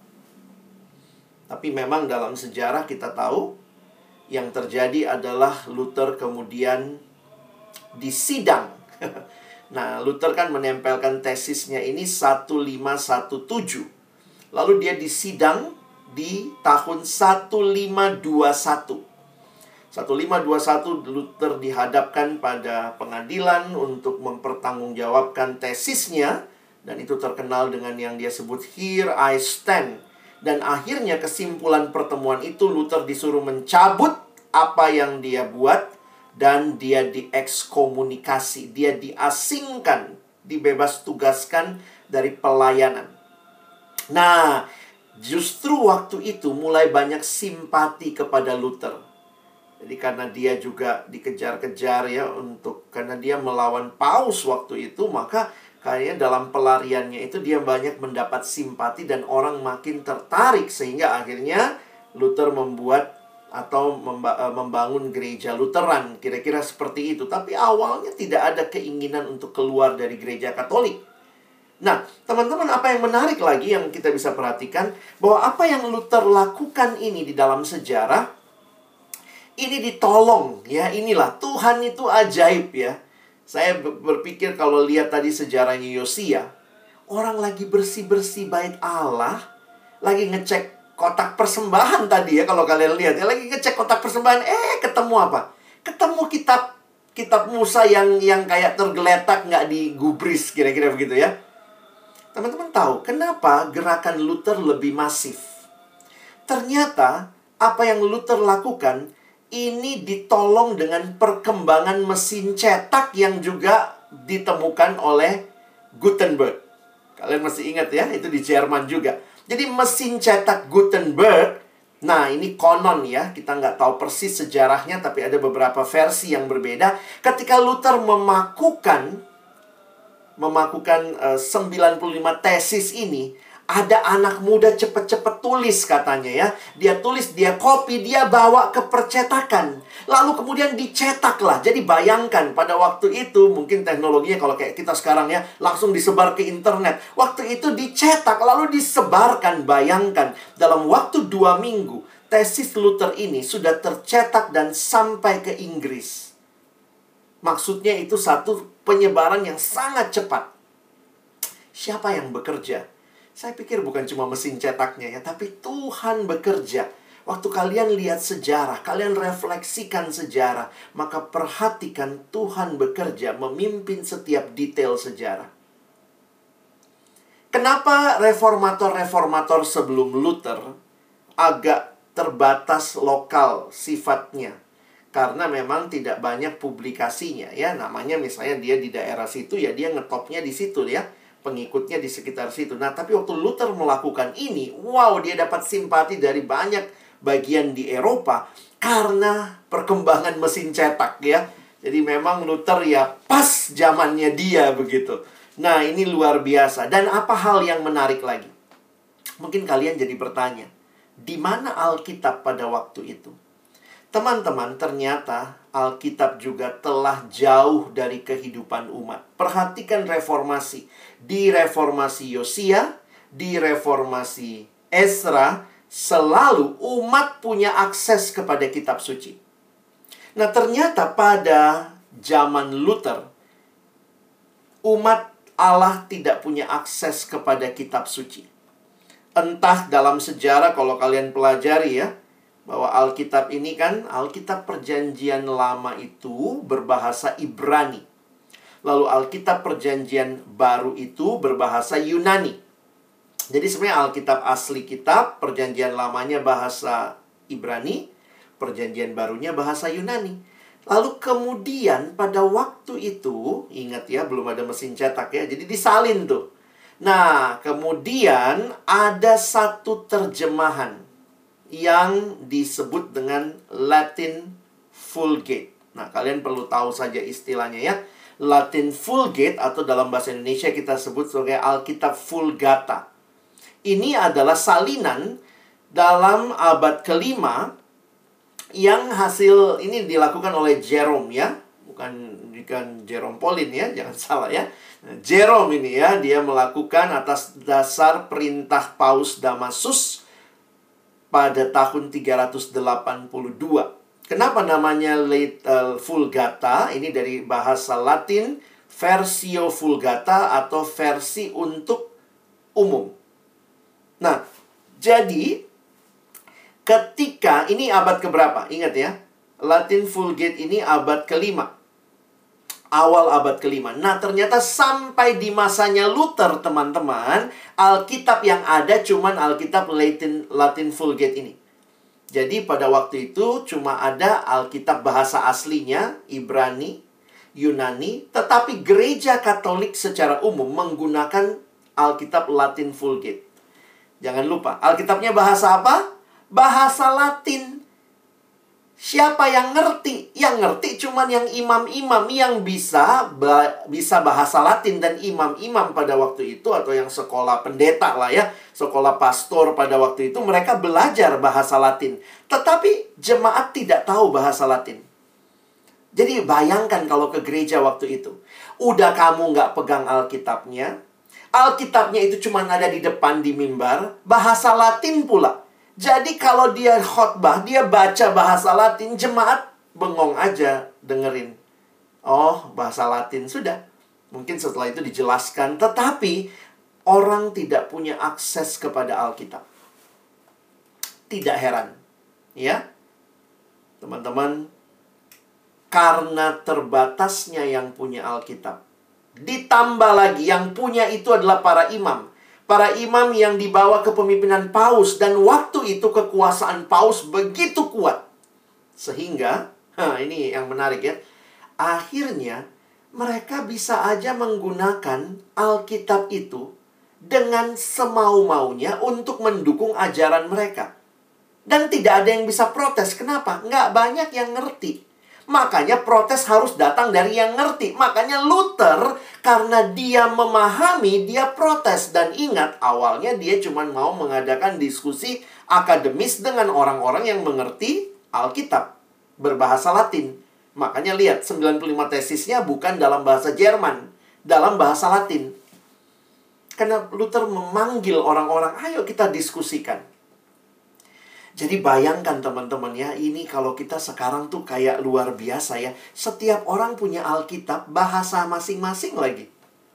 Tapi memang dalam sejarah kita tahu yang terjadi adalah Luther kemudian disidang. Nah, Luther kan menempelkan tesisnya ini 1517. Lalu dia disidang di tahun 1521. 1521 Luther dihadapkan pada pengadilan untuk mempertanggungjawabkan tesisnya. Dan itu terkenal dengan yang dia sebut Here I Stand. Dan akhirnya kesimpulan pertemuan itu Luther disuruh mencabut apa yang dia buat. Dan dia diekskomunikasi. Dia diasingkan. Dibebas tugaskan dari pelayanan. Nah, justru waktu itu mulai banyak simpati kepada Luther. Jadi karena dia juga dikejar-kejar ya karena dia melawan paus waktu itu, maka kayaknya dalam pelariannya itu dia banyak mendapat simpati dan orang makin tertarik. Sehingga akhirnya Luther membuat atau membangun gereja Lutheran. Kira-kira seperti itu. Tapi awalnya tidak ada keinginan untuk keluar dari gereja Katolik. Nah, teman-teman, apa yang menarik lagi yang kita bisa perhatikan, bahwa apa yang Luther lakukan ini di dalam sejarah, ini ditolong ya. Inilah, Tuhan itu ajaib ya. Saya berpikir kalau lihat tadi sejarahnya Yosia, orang lagi bersih-bersih bait Allah, lagi ngecek kotak persembahan tadi ya, kalau kalian lihat ya, lagi ngecek kotak persembahan, ketemu apa? Ketemu kitab Musa yang kayak tergeletak, nggak digubris, kira-kira begitu ya. Teman-teman tahu kenapa gerakan Luther lebih masif? Ternyata apa yang Luther lakukan ini ditolong dengan perkembangan mesin cetak yang juga ditemukan oleh Gutenberg. Kalian masih ingat ya, itu di Jerman juga. Jadi mesin cetak Gutenberg, nah ini konon ya, kita nggak tahu persis sejarahnya, tapi ada beberapa versi yang berbeda. Ketika Luther memakukan 95 tesis ini, ada anak muda cepet-cepet tulis katanya ya. Dia tulis, dia copy, dia bawa ke percetakan. Lalu kemudian dicetaklah. Jadi bayangkan pada waktu itu, mungkin teknologinya kalau kayak kita sekarang ya, langsung disebar ke internet. Waktu itu dicetak, lalu disebarkan. Bayangkan, dalam waktu 2 minggu, tesis Luther ini sudah tercetak dan sampai ke Inggris. Maksudnya itu satu penyebaran yang sangat cepat. Siapa yang bekerja? Saya pikir bukan cuma mesin cetaknya ya, tapi Tuhan bekerja. Waktu kalian lihat sejarah, kalian refleksikan sejarah, maka perhatikan Tuhan bekerja memimpin setiap detail sejarah. Kenapa reformator-reformator sebelum Luther agak terbatas lokal sifatnya? Karena memang tidak banyak publikasinya ya. Namanya misalnya dia di daerah situ ya, dia ngetopnya di situ ya. Pengikutnya di sekitar situ. Nah, tapi waktu Luther melakukan ini, wow, dia dapat simpati dari banyak bagian di Eropa karena perkembangan mesin cetak ya. Jadi memang Luther ya pas zamannya dia begitu. Nah, ini luar biasa. Dan apa hal yang menarik lagi? Mungkin kalian jadi bertanya, di mana Alkitab pada waktu itu? Teman-teman, ternyata Alkitab juga telah jauh dari kehidupan umat. Perhatikan reformasi. Di reformasi Yosia, di reformasi Ezra, selalu umat punya akses kepada kitab suci. Nah, ternyata pada zaman Luther, umat Allah tidak punya akses kepada kitab suci. Entah dalam sejarah kalau kalian pelajari ya, bahwa Alkitab ini kan, Alkitab Perjanjian Lama itu berbahasa Ibrani. Lalu Alkitab Perjanjian Baru itu berbahasa Yunani. Jadi sebenarnya Alkitab asli kitab, Perjanjian Lamanya bahasa Ibrani, Perjanjian Barunya bahasa Yunani. Lalu kemudian pada waktu itu, ingat ya, belum ada mesin cetak ya, jadi disalin tuh. Nah, kemudian ada satu terjemahan yang disebut dengan Latin Vulgate. Nah, kalian perlu tahu saja istilahnya ya. Latin Vulgate atau dalam bahasa Indonesia kita sebut sebagai Alkitab Vulgata. Ini adalah salinan dalam abad kelima yang hasil ini dilakukan oleh Jerome ya. Bukan Jerome Pauline ya, jangan salah ya. Jerome ini ya, dia melakukan atas dasar perintah Paus Damasus pada tahun 382. Kenapa namanya Vulgata? Ini dari bahasa Latin, Versio Vulgata atau versi untuk umum. Nah, jadi ketika, ini abad keberapa? Ingat ya, Latin Vulgate ini abad kelima. Awal abad kelima. Nah, ternyata sampai di masanya Luther, teman-teman, Alkitab yang ada cuman Alkitab Latin Vulgate ini. Jadi pada waktu itu cuma ada Alkitab bahasa aslinya, Ibrani, Yunani, tetapi gereja Katolik secara umum menggunakan Alkitab Latin Vulgate. Jangan lupa, Alkitabnya bahasa apa? Bahasa Latin. Siapa yang ngerti? Yang ngerti cuman yang imam-imam yang bisa bahasa Latin. Dan imam-imam pada waktu itu, atau yang sekolah pendeta lah ya, sekolah pastor pada waktu itu, mereka belajar bahasa Latin. Tetapi jemaat tidak tahu bahasa Latin. Jadi bayangkan kalau ke gereja waktu itu, udah kamu nggak pegang Alkitabnya, Alkitabnya itu cuma ada di depan di mimbar, bahasa Latin pula. Jadi kalau dia khotbah, dia baca bahasa Latin, jemaat bengong aja dengerin. Oh, bahasa Latin, sudah. Mungkin setelah itu dijelaskan, tetapi orang tidak punya akses kepada Alkitab. Tidak heran, ya. Teman-teman, karena terbatasnya yang punya Alkitab. Ditambah lagi, yang punya itu adalah para imam. Para imam yang dibawa kepemimpinan Paus. Dan waktu itu kekuasaan Paus begitu kuat. Sehingga, ini yang menarik ya. Akhirnya, mereka bisa aja menggunakan Alkitab itu dengan semau-maunya untuk mendukung ajaran mereka. Dan tidak ada yang bisa protes. Kenapa? Nggak banyak yang ngerti. Makanya protes harus datang dari yang ngerti. Makanya Luther, karena dia memahami, dia protes. Dan ingat, awalnya dia cuma mau mengadakan diskusi akademis dengan orang-orang yang mengerti Alkitab berbahasa Latin. Makanya lihat, 95 tesisnya bukan dalam bahasa Jerman, dalam bahasa Latin. Karena Luther memanggil orang-orang, ayo kita diskusikan. Jadi bayangkan teman-teman ya, ini kalau kita sekarang tuh kayak luar biasa ya. Setiap orang punya Alkitab, bahasa masing-masing lagi.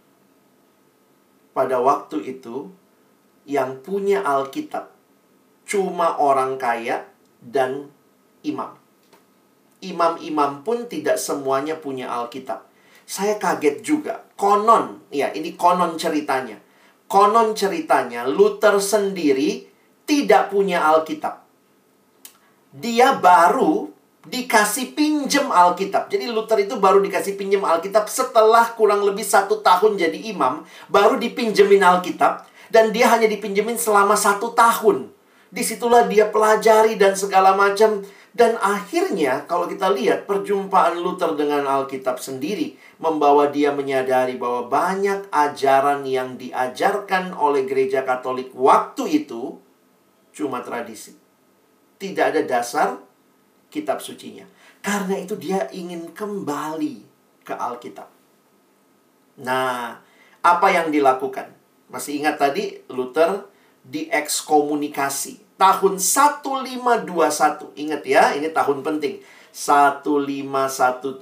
Pada waktu itu, yang punya Alkitab cuma orang kaya dan imam. Imam-imam pun tidak semuanya punya Alkitab. Saya kaget juga. Konon, ya ini konon ceritanya. Konon ceritanya Luther sendiri tidak punya Alkitab. Dia baru dikasih pinjem Alkitab. Jadi Luther itu baru dikasih pinjem Alkitab setelah kurang lebih 1 tahun jadi imam. Baru dipinjemin Alkitab. Dan dia hanya dipinjemin selama 1 tahun. Disitulah dia pelajari dan segala macam. Dan akhirnya kalau kita lihat perjumpaan Luther dengan Alkitab sendiri membawa dia menyadari bahwa banyak ajaran yang diajarkan oleh gereja Katolik waktu itu cuma tradisi. Tidak ada dasar kitab sucinya. Karena itu dia ingin kembali ke Alkitab. Nah, apa yang dilakukan? Masih ingat tadi Luther diekskomunikasi. Tahun 1521. Ingat ya, ini tahun penting. 1517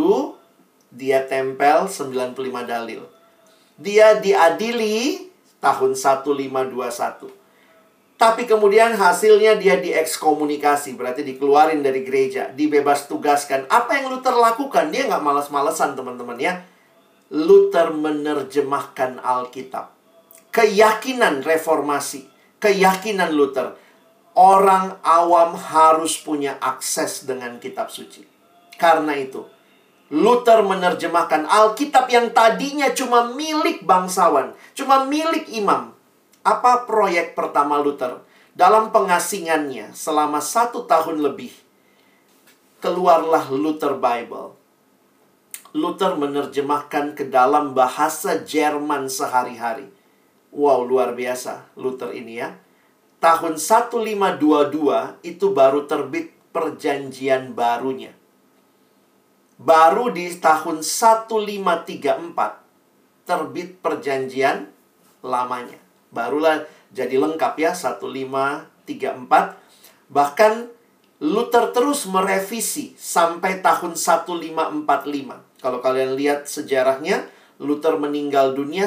dia tempel 95 dalil. Dia diadili tahun 1521. Tapi kemudian hasilnya dia diekskomunikasi. Berarti dikeluarin dari gereja. Dibebas tugaskan. Apa yang Luther lakukan? Dia nggak malas-malesan teman-teman ya. Luther menerjemahkan Alkitab. Keyakinan reformasi. Keyakinan Luther. Orang awam harus punya akses dengan kitab suci. Karena itu, Luther menerjemahkan Alkitab yang tadinya cuma milik bangsawan. Cuma milik imam. Apa proyek pertama Luther? Dalam pengasingannya selama 1 tahun lebih, keluarlah Luther Bible. Luther menerjemahkan ke dalam bahasa Jerman sehari-hari. Wow, luar biasa Luther ini ya. Tahun 1522 itu baru terbit perjanjian barunya. Baru di tahun 1534 terbit perjanjian lamanya. Barulah jadi lengkap ya 1534. Bahkan Luther terus merevisi sampai tahun 1545. Kalau kalian lihat sejarahnya, Luther meninggal dunia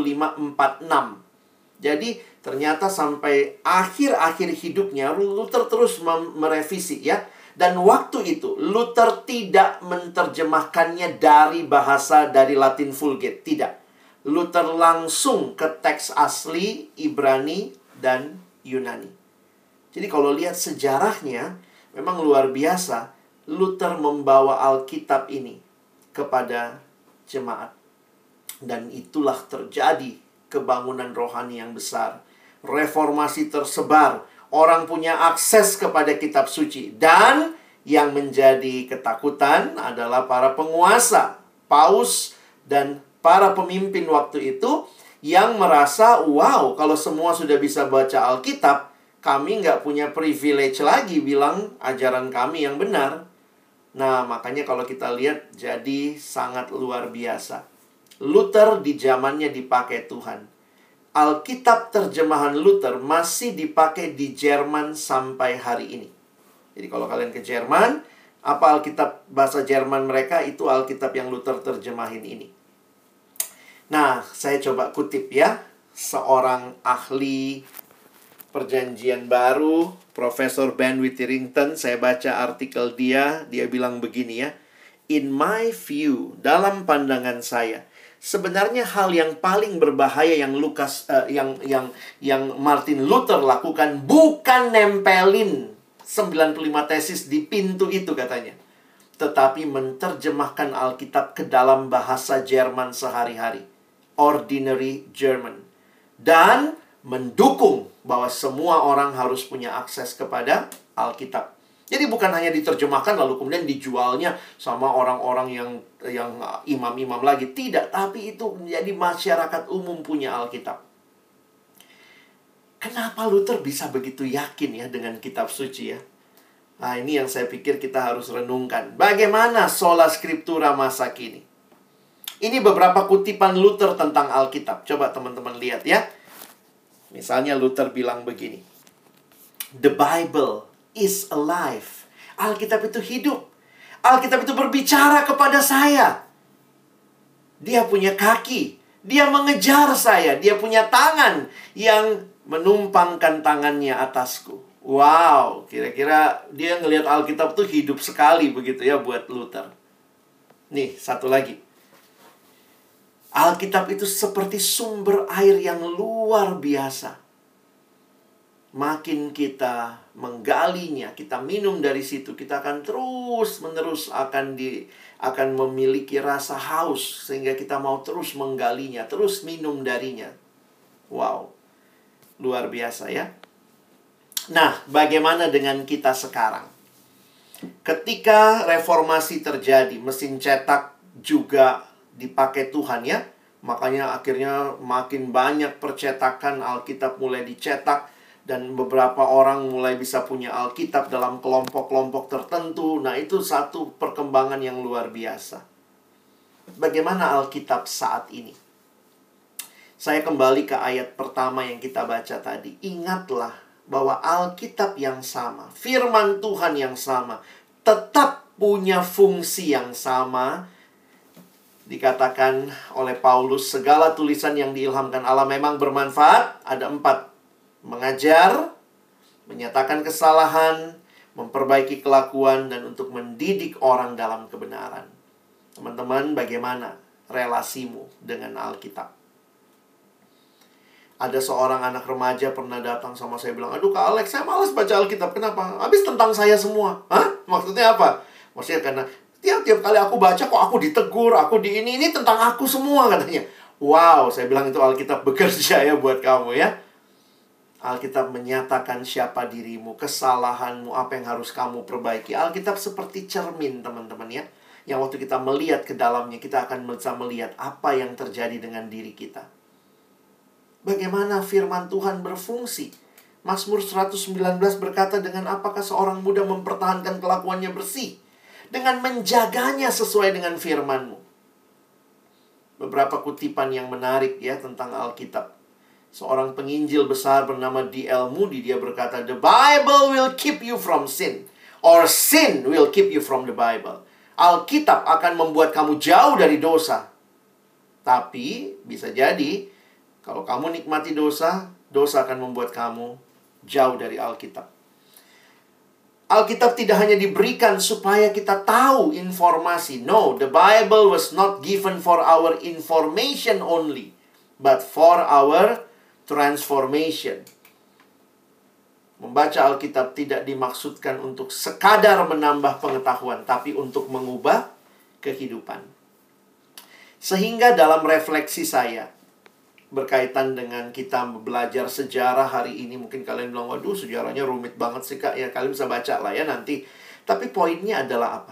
1546. Jadi ternyata sampai akhir-akhir hidupnya Luther terus merevisi ya. Dan waktu itu Luther tidak menerjemahkannya dari bahasa dari Latin Vulgate, tidak. Luther langsung ke teks asli Ibrani dan Yunani. Jadi kalau lihat sejarahnya memang luar biasa. Luther membawa Alkitab ini kepada jemaat. Dan itulah terjadi kebangunan rohani yang besar. Reformasi tersebar. Orang punya akses kepada kitab suci. Dan yang menjadi ketakutan adalah para penguasa, paus, dan para pemimpin waktu itu yang merasa, wow, kalau semua sudah bisa baca Alkitab, kami nggak punya privilege lagi bilang ajaran kami yang benar. Nah, makanya kalau kita lihat jadi sangat luar biasa. Luther di zamannya dipakai Tuhan. Alkitab terjemahan Luther masih dipakai di Jerman sampai hari ini. Jadi kalau kalian ke Jerman, apa Alkitab bahasa Jerman mereka, itu Alkitab yang Luther terjemahin ini. Nah, saya coba kutip ya. Seorang ahli perjanjian baru, Profesor Ben Witherington, saya baca artikel dia bilang begini ya. In my view, dalam pandangan saya, sebenarnya hal yang paling berbahaya yang Martin Luther lakukan bukan nempelin 95 tesis di pintu itu katanya, tetapi menerjemahkan Alkitab ke dalam bahasa Jerman sehari-hari, ordinary German, dan mendukung bahwa semua orang harus punya akses kepada Alkitab. Jadi bukan hanya diterjemahkan lalu kemudian dijualnya sama orang-orang yang imam-imam lagi. Tidak, tapi itu menjadi masyarakat umum punya Alkitab. Kenapa Luther bisa begitu yakin ya dengan kitab suci ya? Nah, ini yang saya pikir kita harus renungkan. Bagaimana sola scriptura masa kini? Ini beberapa kutipan Luther tentang Alkitab. Coba teman-teman lihat ya. Misalnya Luther bilang begini. The Bible is alive. Alkitab itu hidup. Alkitab itu berbicara kepada saya. Dia punya kaki. Dia mengejar saya. Dia punya tangan yang menumpangkan tangannya atasku. Wow, kira-kira dia ngelihat Alkitab tuh hidup sekali begitu ya buat Luther. Nih, satu lagi. Alkitab itu seperti sumber air yang luar biasa. Makin kita menggalinya, kita minum dari situ, kita akan terus-menerus akan memiliki rasa haus sehingga kita mau terus menggalinya, terus minum darinya. Wow. Luar biasa ya. Nah, bagaimana dengan kita sekarang? Ketika reformasi terjadi, mesin cetak juga dipakai Tuhan ya. Makanya akhirnya makin banyak percetakan Alkitab mulai dicetak. Dan beberapa orang mulai bisa punya Alkitab dalam kelompok-kelompok tertentu. Nah, itu satu perkembangan yang luar biasa. Bagaimana Alkitab saat ini? Saya kembali ke ayat pertama yang kita baca tadi. Ingatlah bahwa Alkitab yang sama, firman Tuhan yang sama, tetap punya fungsi yang sama. Dikatakan oleh Paulus, segala tulisan yang diilhamkan Allah memang bermanfaat. Ada 4. Mengajar, menyatakan kesalahan, memperbaiki kelakuan, dan untuk mendidik orang dalam kebenaran. Teman-teman, bagaimana relasimu dengan Alkitab? Ada seorang anak remaja pernah datang sama saya bilang, aduh Kak Alex, saya malas baca Alkitab. Kenapa? Habis tentang saya semua. Hah? Maksudnya apa? Maksudnya karena tiap-tiap kali aku baca kok aku ditegur, aku ini tentang aku semua katanya. Wow, saya bilang itu Alkitab bekerja ya buat kamu ya. Alkitab menyatakan siapa dirimu, kesalahanmu, apa yang harus kamu perbaiki. Alkitab seperti cermin, teman-teman ya. Yang waktu kita melihat ke dalamnya, kita akan bisa melihat apa yang terjadi dengan diri kita. Bagaimana firman Tuhan berfungsi? Mazmur 119 berkata, dengan apakah seorang muda mempertahankan kelakuannya bersih? Dengan menjaganya sesuai dengan firman-Mu. Beberapa kutipan yang menarik ya tentang Alkitab. Seorang penginjil besar bernama D.L. Moody, dia berkata, the Bible will keep you from sin, or sin will keep you from the Bible. Alkitab akan membuat kamu jauh dari dosa. Tapi bisa jadi kalau kamu nikmati dosa, dosa akan membuat kamu jauh dari Alkitab. Alkitab tidak hanya diberikan supaya kita tahu informasi. No, the Bible was not given for our information only, but for our transformation. Membaca Alkitab tidak dimaksudkan untuk sekadar menambah pengetahuan, tapi untuk mengubah kehidupan. Sehingga dalam refleksi saya, berkaitan dengan kita belajar sejarah hari ini, mungkin kalian bilang, waduh sejarahnya rumit banget sih Kak. Ya kalian bisa baca lah ya nanti. Tapi poinnya adalah apa?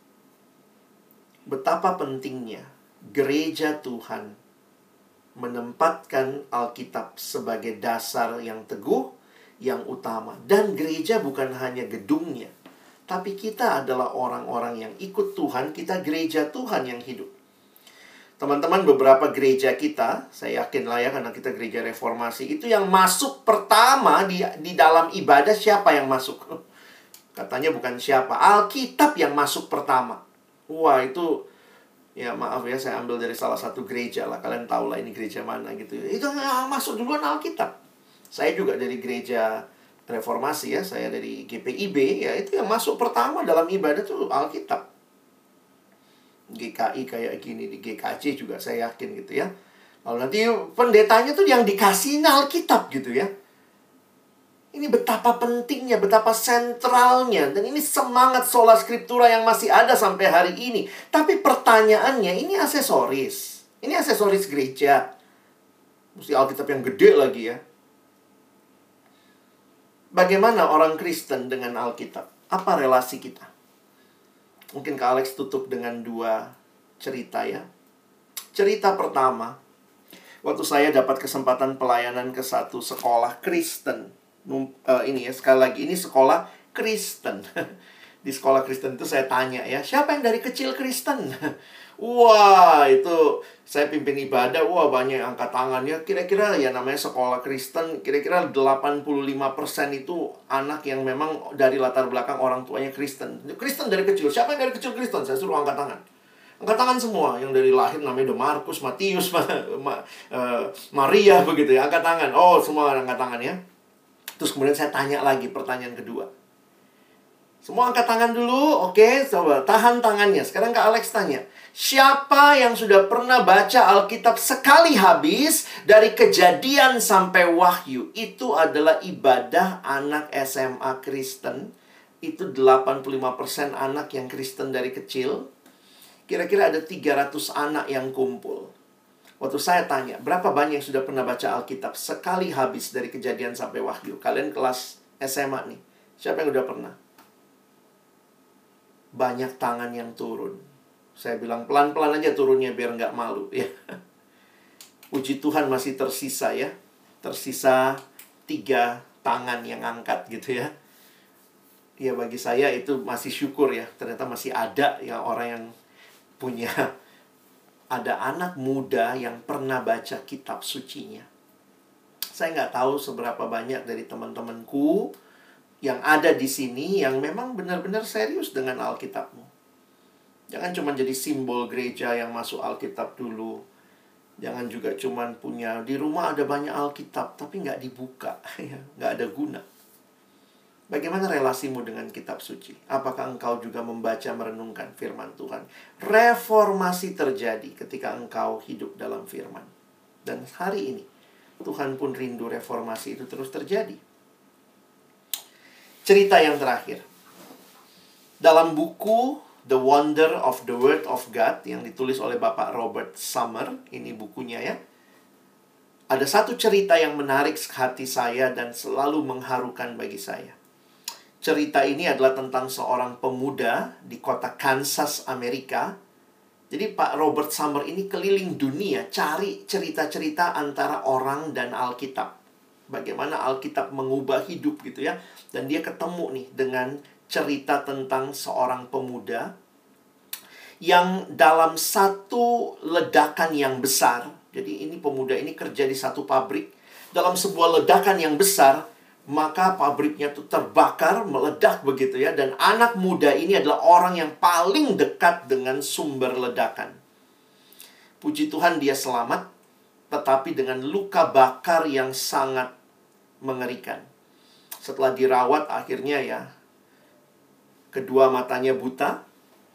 Betapa pentingnya gereja Tuhan menempatkan Alkitab sebagai dasar yang teguh, yang utama. Dan gereja bukan hanya gedungnya, tapi kita adalah orang-orang yang ikut Tuhan. Kita gereja Tuhan yang hidup. Teman-teman, beberapa gereja kita, saya yakin lah ya, karena kita gereja reformasi, itu yang masuk pertama di dalam ibadah, siapa yang masuk? Katanya bukan siapa, Alkitab yang masuk pertama. Wah, itu ya maaf ya, saya ambil dari salah satu gereja lah. Kalian tahu lah ini gereja mana gitu. Itu yang masuk duluan Alkitab. Saya juga dari gereja reformasi ya. Saya dari GPIB ya. Itu yang masuk pertama dalam ibadah tuh Alkitab. GKI kayak gini, di GKJ juga saya yakin gitu ya. Lalu nanti pendetanya tuh yang dikasihin Alkitab gitu ya. Ini betapa pentingnya, betapa sentralnya. Dan ini semangat sola scriptura yang masih ada sampai hari ini. Tapi pertanyaannya, ini aksesoris. Ini aksesoris gereja. Mesti Alkitab yang gede lagi ya. Bagaimana orang Kristen dengan Alkitab? Apa relasi kita? Mungkin Kak Alex tutup dengan 2 cerita ya. Cerita pertama, waktu saya dapat kesempatan pelayanan ke satu sekolah Kristen. Ini ya, sekali lagi, ini sekolah Kristen. Di sekolah Kristen itu saya tanya ya, siapa yang dari kecil Kristen? Wah, itu saya pimpin ibadah, wah banyak yang angkat tangannya. Kira-kira ya namanya sekolah Kristen, kira-kira 85% itu anak yang memang dari latar belakang orang tuanya Kristen. Kristen dari kecil, siapa yang dari kecil Kristen? Saya suruh angkat tangan. Angkat tangan semua, yang dari lahir namanya udah Markus, Matius, Maria begitu ya, angkat tangan. Oh, semua angkat tangan ya. Terus kemudian saya tanya lagi pertanyaan kedua. Semua angkat tangan dulu, oke, coba tahan tangannya. Sekarang Kak Alex tanya, siapa yang sudah pernah baca Alkitab sekali habis dari Kejadian sampai Wahyu? Itu adalah ibadah anak SMA Kristen. Itu 85% anak yang Kristen dari kecil. Kira-kira ada 300 anak yang kumpul. Waktu saya tanya, berapa banyak yang sudah pernah baca Alkitab sekali habis dari Kejadian sampai Wahyu? Kalian kelas SMA nih, siapa yang udah pernah? Banyak tangan yang turun. Saya bilang pelan-pelan aja turunnya biar nggak malu ya. Puji Tuhan masih tersisa ya. Tersisa 3 tangan yang angkat gitu ya. Ya bagi saya itu masih syukur ya. Ternyata masih ada ya orang yang punya, ada anak muda yang pernah baca kitab sucinya. Saya nggak tahu seberapa banyak dari teman-temanku yang ada di sini yang memang benar-benar serius dengan Alkitabmu. Jangan cuma jadi simbol gereja yang masuk Alkitab dulu. Jangan juga cuma punya di rumah ada banyak Alkitab tapi nggak dibuka, ya, nggak ada guna. Bagaimana relasimu dengan kitab suci? Apakah engkau juga membaca merenungkan firman Tuhan? Reformasi terjadi ketika engkau hidup dalam firman. Dan hari ini Tuhan pun rindu reformasi itu terus terjadi. Cerita yang terakhir. Dalam buku The Wonder of the Word of God yang ditulis oleh Bapak Robert Summer, ini bukunya ya. Ada satu cerita yang menarik hati saya dan selalu mengharukan bagi saya. Cerita ini adalah tentang seorang pemuda di kota Kansas, Amerika. Jadi Pak Robert Summer ini keliling dunia cari cerita-cerita antara orang dan Alkitab. Bagaimana Alkitab mengubah hidup gitu ya. Dan dia ketemu nih dengan cerita tentang seorang pemuda yang dalam satu ledakan yang besar. Jadi ini pemuda ini kerja di satu pabrik. Dalam sebuah ledakan yang besar, maka pabriknya tuh terbakar, meledak begitu ya. Dan anak muda ini adalah orang yang paling dekat dengan sumber ledakan. Puji Tuhan dia selamat, tetapi dengan luka bakar yang sangat mengerikan. Setelah dirawat akhirnya ya, kedua matanya buta,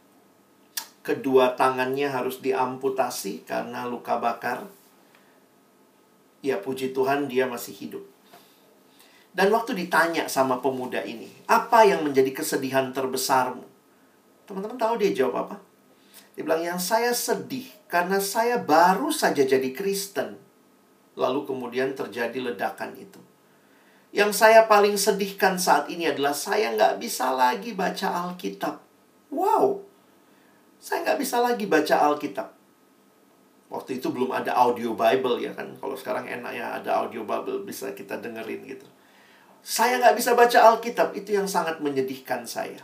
kedua tangannya harus diamputasi karena luka bakar. Ya puji Tuhan dia masih hidup. Dan waktu ditanya sama pemuda ini, apa yang menjadi kesedihan terbesarmu? Teman-teman tahu dia jawab apa? Dia bilang, yang saya sedih karena saya baru saja jadi Kristen. Lalu kemudian terjadi ledakan itu. Yang saya paling sedihkan saat ini adalah saya nggak bisa lagi baca Alkitab. Wow, saya nggak bisa lagi baca Alkitab. Waktu itu belum ada audio Bible ya kan. Kalau sekarang enak ya ada audio Bible bisa kita dengerin gitu. Saya nggak bisa baca Alkitab, itu yang sangat menyedihkan saya.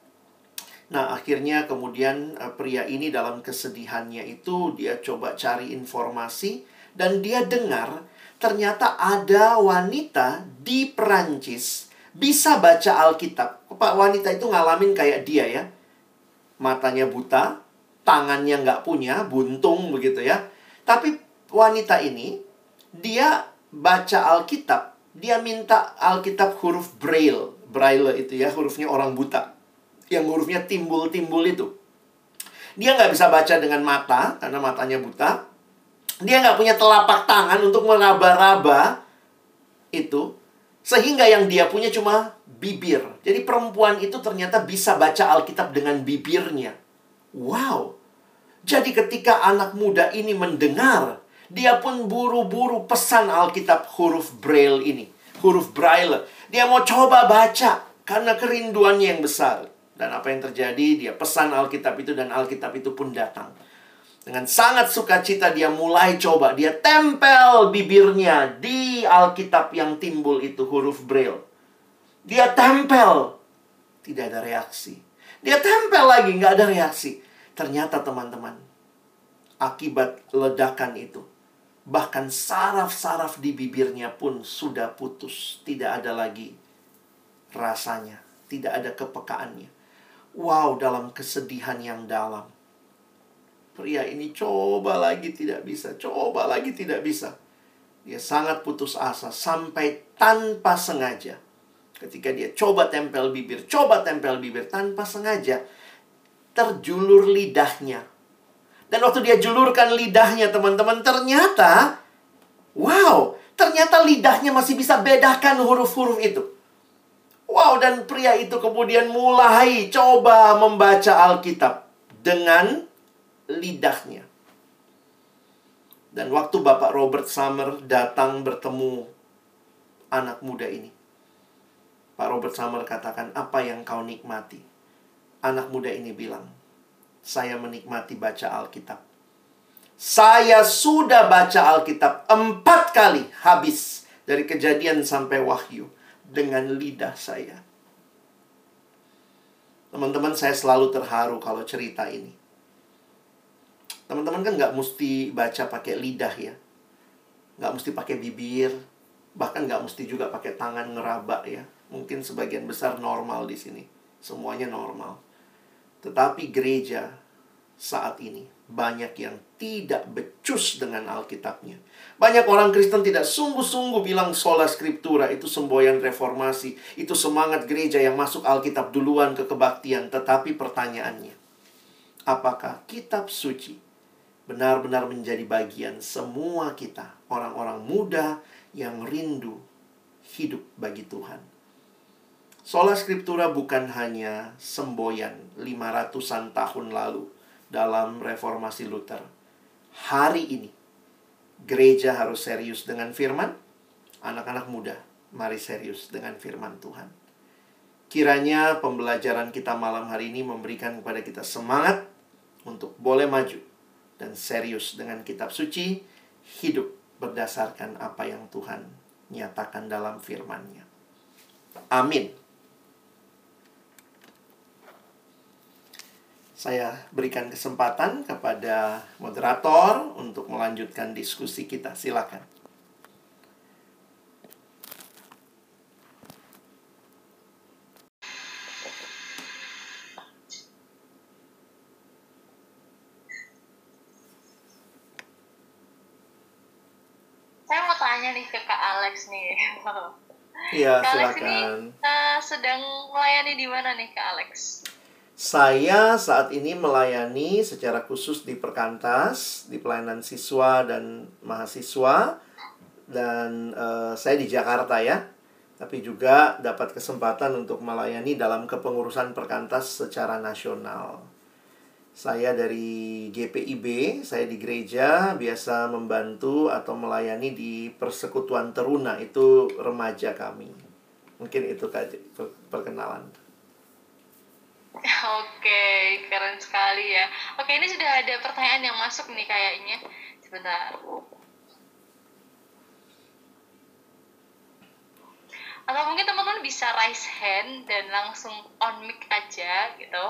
Nah akhirnya kemudian pria ini dalam kesedihannya itu dia coba cari informasi. Dan dia dengar ternyata ada wanita di Perancis bisa baca Alkitab. Pak wanita itu ngalamin kayak dia ya. Matanya buta, tangannya nggak punya, buntung begitu ya. Tapi wanita ini, dia baca Alkitab. Dia minta Alkitab huruf Braille. Braille itu ya, hurufnya orang buta. Yang hurufnya timbul-timbul itu. Dia nggak bisa baca dengan mata, karena matanya buta. Dia nggak punya telapak tangan untuk meraba-raba itu. Sehingga yang dia punya cuma bibir. Jadi perempuan itu ternyata bisa baca Alkitab dengan bibirnya. Wow. Jadi ketika anak muda ini mendengar, dia pun buru-buru pesan Alkitab huruf Braille ini. Huruf Braille. Dia mau coba baca karena kerinduannya yang besar. Dan apa yang terjadi? Dia pesan Alkitab itu dan Alkitab itu pun datang. Dengan sangat sukacita dia mulai coba. Dia tempel bibirnya di Alkitab yang timbul itu, huruf Braille. Dia tempel. Tidak ada reaksi. Dia tempel lagi, nggak ada reaksi. Ternyata teman-teman, akibat ledakan itu, bahkan saraf-saraf di bibirnya pun sudah putus. Tidak ada lagi rasanya. Tidak ada kepekaannya. Wow, dalam kesedihan yang dalam. Pria ini coba lagi tidak bisa, coba lagi tidak bisa. Dia sangat putus asa sampai tanpa sengaja. Ketika dia coba tempel bibir tanpa sengaja terjulur lidahnya. Dan waktu dia julurkan lidahnya, teman-teman, ternyata lidahnya masih bisa bedakan huruf-huruf itu. Wow, dan pria itu kemudian mulai coba membaca Alkitab dengan lidahnya. Dan waktu Bapak Robert Summer datang bertemu anak muda ini, Pak Robert Summer katakan, "Apa yang kau nikmati?" Anak muda ini bilang, "Saya menikmati baca Alkitab. Saya sudah baca Alkitab 4 kali habis dari Kejadian sampai Wahyu dengan lidah saya." Teman-teman, saya selalu terharu kalau cerita ini. Teman-teman kan nggak mesti baca pakai lidah ya. Nggak mesti pakai bibir. Bahkan nggak mesti juga pakai tangan ngeraba ya. Mungkin sebagian besar normal di sini. Semuanya normal. Tetapi gereja saat ini banyak yang tidak becus dengan Alkitabnya. Banyak orang Kristen tidak sungguh-sungguh bilang sola scriptura, itu semboyan reformasi, itu semangat gereja yang masuk Alkitab duluan ke kebaktian. Tetapi pertanyaannya, apakah kitab suci benar-benar menjadi bagian semua kita, orang-orang muda yang rindu hidup bagi Tuhan? Sola scriptura bukan hanya semboyan 500-an tahun lalu dalam reformasi Luther. Hari ini, gereja harus serius dengan firman. Anak-anak muda, mari serius dengan firman Tuhan. Kiranya pembelajaran kita malam hari ini memberikan kepada kita semangat untuk boleh maju dan serius dengan kitab suci, hidup berdasarkan apa yang Tuhan nyatakan dalam firman-Nya. Amin. Saya berikan kesempatan kepada moderator untuk melanjutkan diskusi kita. Silakan. Saya mau tanya nih ke Kak Alex nih. Iya, Kak Alex ini silakan. sedang melayani di mana nih Kak Alex? Saya saat ini melayani secara khusus di Perkantas, di pelayanan siswa dan mahasiswa. Dan saya di Jakarta ya. Tapi juga dapat kesempatan untuk melayani dalam kepengurusan Perkantas secara nasional. Saya dari GPIB, saya di gereja biasa membantu atau melayani di Persekutuan Teruna, itu remaja kami. Mungkin itu perkenalan. Oke, keren sekali ya. Oke, ini sudah ada pertanyaan yang masuk nih kayaknya. Sebentar. Atau mungkin teman-teman bisa raise hand dan langsung on mic aja gitu.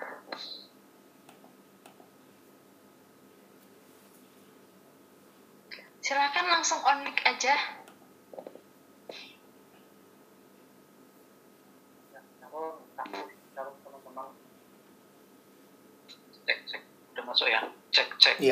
Silakan langsung on mic aja. Teman-teman, cek, udah masuk ya? Cek. Iya.